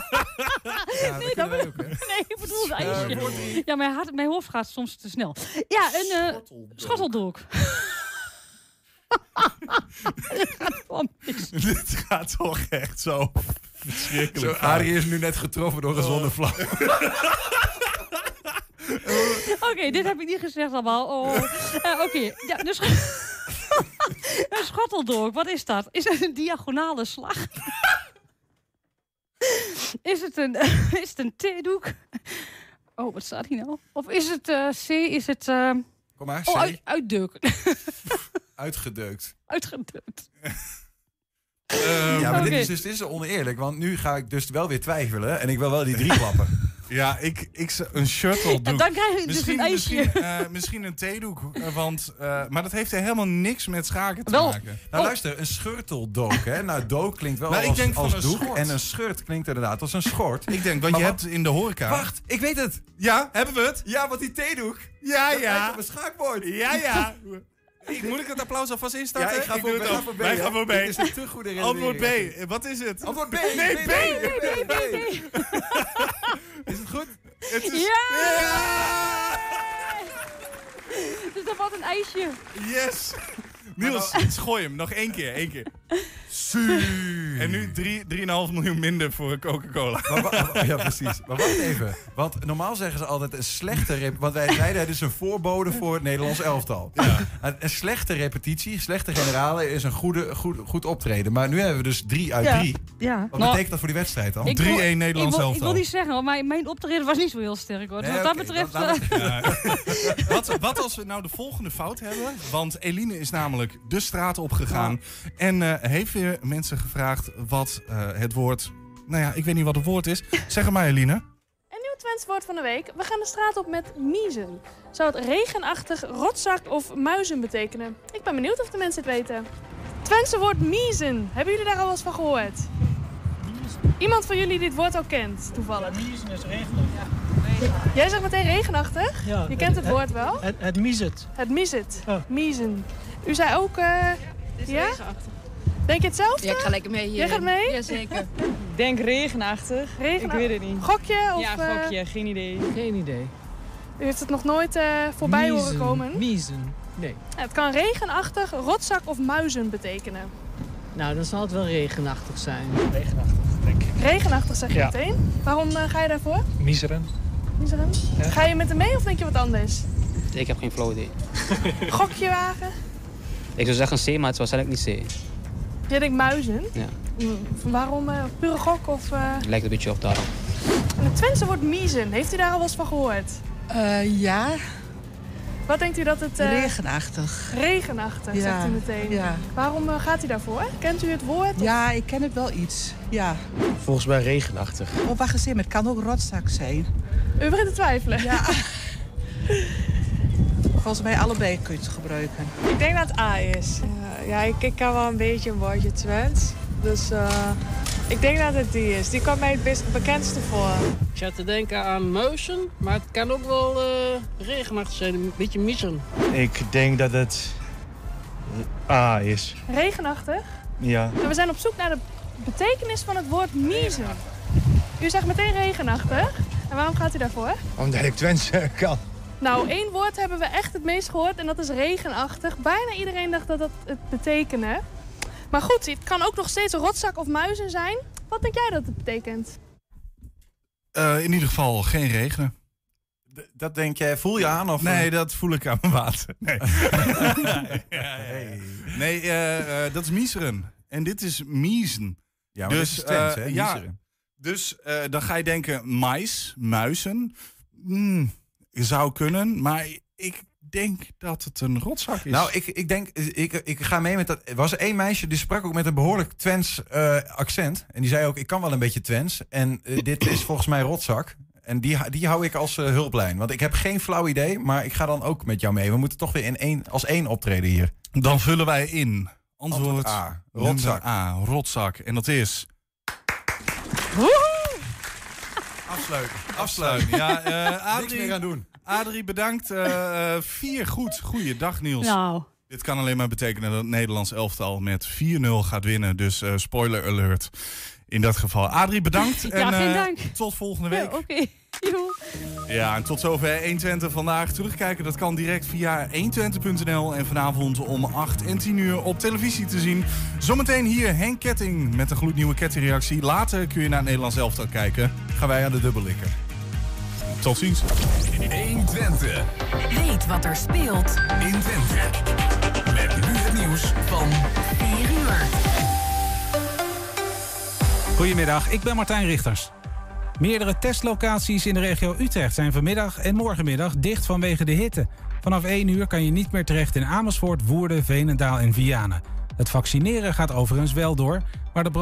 Nee, ik bedoel een ijsje. Ja, mijn hoofd gaat soms te snel. Ja, een schotteldoek. Dit gaat toch echt zo verschrikkelijk. Arie is nu net getroffen door een zonnevlag. Oké, dit heb ik niet gezegd allemaal. Oké, ja, dus... een schotteldoek, wat is dat? Is het een diagonale slag? Is het een theedoek? Oh, wat staat hier nou? Of is het C? Is het... Kom maar, C. Oh, uitdeuk. Uitgedeukt. Uitgedeukt. Maar dit is dus oneerlijk, want nu ga ik dus wel weer twijfelen en ik wil wel die 3 klappen. Ja, een shirtledoek. En dan krijg je dus een ijsje. Misschien een theedoek, maar dat heeft er helemaal niks met schaken te maken. Nou luister, een schurteldook. Hè? Nou, dook klinkt wel als doek schort. En een schurt klinkt inderdaad als een schort. Ik denk, want je hebt in de horeca... Wacht, ik weet het. Ja, hebben we het? Ja, want die theedoek. Ja. Dat lijkt op een schaakbord. Ja. Moet ik het applaus alvast instarten? Ja, ik ga voor B. Wij gaan voor B. Dit is een te goede redenering. Antwoord B. Wat is het? Antwoord B. Nee, B. Is het goed? Het is... Ja! Dus dat wordt een ijsje. Yes! Niels, gooi hem. Nog 1 keer. En nu 3,5 miljoen minder voor Coca-Cola. Ja, precies. Maar wacht even. Want normaal zeggen ze altijd een slechte... Want wij zeiden het is een voorbode voor het Nederlands elftal. Ja. Een slechte repetitie, slechte generale is een goed optreden. Maar nu hebben we dus 3 uit 3. Ja. Wat betekent dat voor die wedstrijd dan? 3-1 Nederlands elftal. Ik wil niet zeggen, maar mijn optreden was niet zo heel sterk, hoor. Dus wat dat betreft... Wat als we nou de volgende fout hebben? Want Eline is namelijk de straat opgegaan. En heeft weer mensen gevraagd wat het woord... Nou ja, ik weet niet wat het woord is. Zeg het maar, Eline. Een nieuw Twents woord van de week. We gaan de straat op met miezen. Zou het regenachtig, rotzak of muizen betekenen? Ik ben benieuwd of de mensen het weten. Twentse woord miezen. Hebben jullie daar al eens van gehoord? Iemand van jullie die het woord al kent, toevallig? Ja, miezen is regenachtig. Jij zegt meteen regenachtig? Ja, je kent het woord wel? Het miezet. Het miezet. Oh. Miezen. U zei ook... Het is regenachtig. Denk je hetzelfde? Ja, ik ga lekker mee hier. Jij gaat mee? Jazeker. Ik denk regenachtig. Ik weet het niet. Gokje? Of, ja, gokje. Geen idee. Geen idee. U heeft het nog nooit voorbij horen komen? Miezen. Nee. Het kan regenachtig, rotzak of muizen betekenen. Nou, dan zal het wel regenachtig zijn. Regenachtig, denk ik. Regenachtig zeg je meteen. Waarom ga je daarvoor? Miezeren. Miezeren? Ja. Ga je met hem mee of denk je wat anders? Ik heb geen flauw idee. Gokje wagen? Ik zou zeggen C, maar het was eigenlijk niet C. Jij denkt muizen? Ja. Waarom? Pure gok of... Lijkt een beetje op daarom. En het Twentse woord miezen, heeft u daar al wel eens van gehoord? Ja. Wat denkt u dat het... Regenachtig. Regenachtig, ja. zegt u meteen. Ja. Waarom gaat u daarvoor? Kent u het woord? Of? Ja, ik ken het wel iets. Ja. Volgens mij regenachtig. Oh, wacht eens even, het kan ook rotzak zijn. U begint te twijfelen? Ja. Volgens mij allebei kun je het gebruiken. Ik denk dat het A is. Ja, ik kan wel een beetje een woordje Twents. Dus ik denk dat het die is. Die komt mij het bekendste voor. Ik zat te denken aan muizen, maar het kan ook wel regenachtig zijn. Een beetje missen. Ik denk dat het A is. Regenachtig? Ja. En we zijn op zoek naar de betekenis van het woord miezen. U zegt meteen regenachtig. En waarom gaat u daarvoor? Omdat ik Twents kan. Nou, 1 woord hebben we echt het meest gehoord en dat is regenachtig. Bijna iedereen dacht dat dat het betekende. Maar goed, het kan ook nog steeds een rotzak of muizen zijn. Wat denk jij dat het betekent? In ieder geval geen regen. Dat denk jij, voel je aan? Of nee, dat voel ik aan mijn water. Nee, dat is miezeren. En dit is miezen. Ja, maar dus, dit is Twents, hè? Miezeren. Dus dan ga je denken, mais, muizen. Zou kunnen, maar ik denk dat het een rotzak is. Nou, ik denk, ik ga mee met dat. Er was één meisje die sprak ook met een behoorlijk Twents accent. En die zei ook, ik kan wel een beetje Twents. En dit is volgens mij rotzak. En die hou ik als hulplijn. Want ik heb geen flauw idee, maar ik ga dan ook met jou mee. We moeten toch weer als één optreden hier. Dan vullen wij in. Antwoord A. Rotzak. A. Rotzak. En dat is... Afsluiten. Ja, Niks meer aan doen. Adrie, bedankt. 4 goed. Goeiedag, Niels. Nou. Dit kan alleen maar betekenen dat het Nederlands elftal met 4-0 gaat winnen. Dus spoiler alert. In dat geval. Adrie, bedankt. Ja, en geen dank. Tot volgende week. Ja, oké. Joe. Ja, en tot zover 120 vandaag. Terugkijken, dat kan direct via 120.nl. En vanavond om 8 en 10 uur op televisie te zien. Zometeen hier Henk Ketting met een gloednieuwe kettingreactie. Later kun je naar het Nederlands elftal kijken. Gaan wij aan de dubbel likken. Tot ziens. 120. Weet wat er speelt in Twente. Met nu het nieuws van 4 uur. Goedemiddag, ik ben Martijn Richters. Meerdere testlocaties in de regio Utrecht zijn vanmiddag en morgenmiddag dicht vanwege de hitte. Vanaf 1 uur kan je niet meer terecht in Amersfoort, Woerden, Veenendaal en Vianen. Het vaccineren gaat overigens wel door, maar de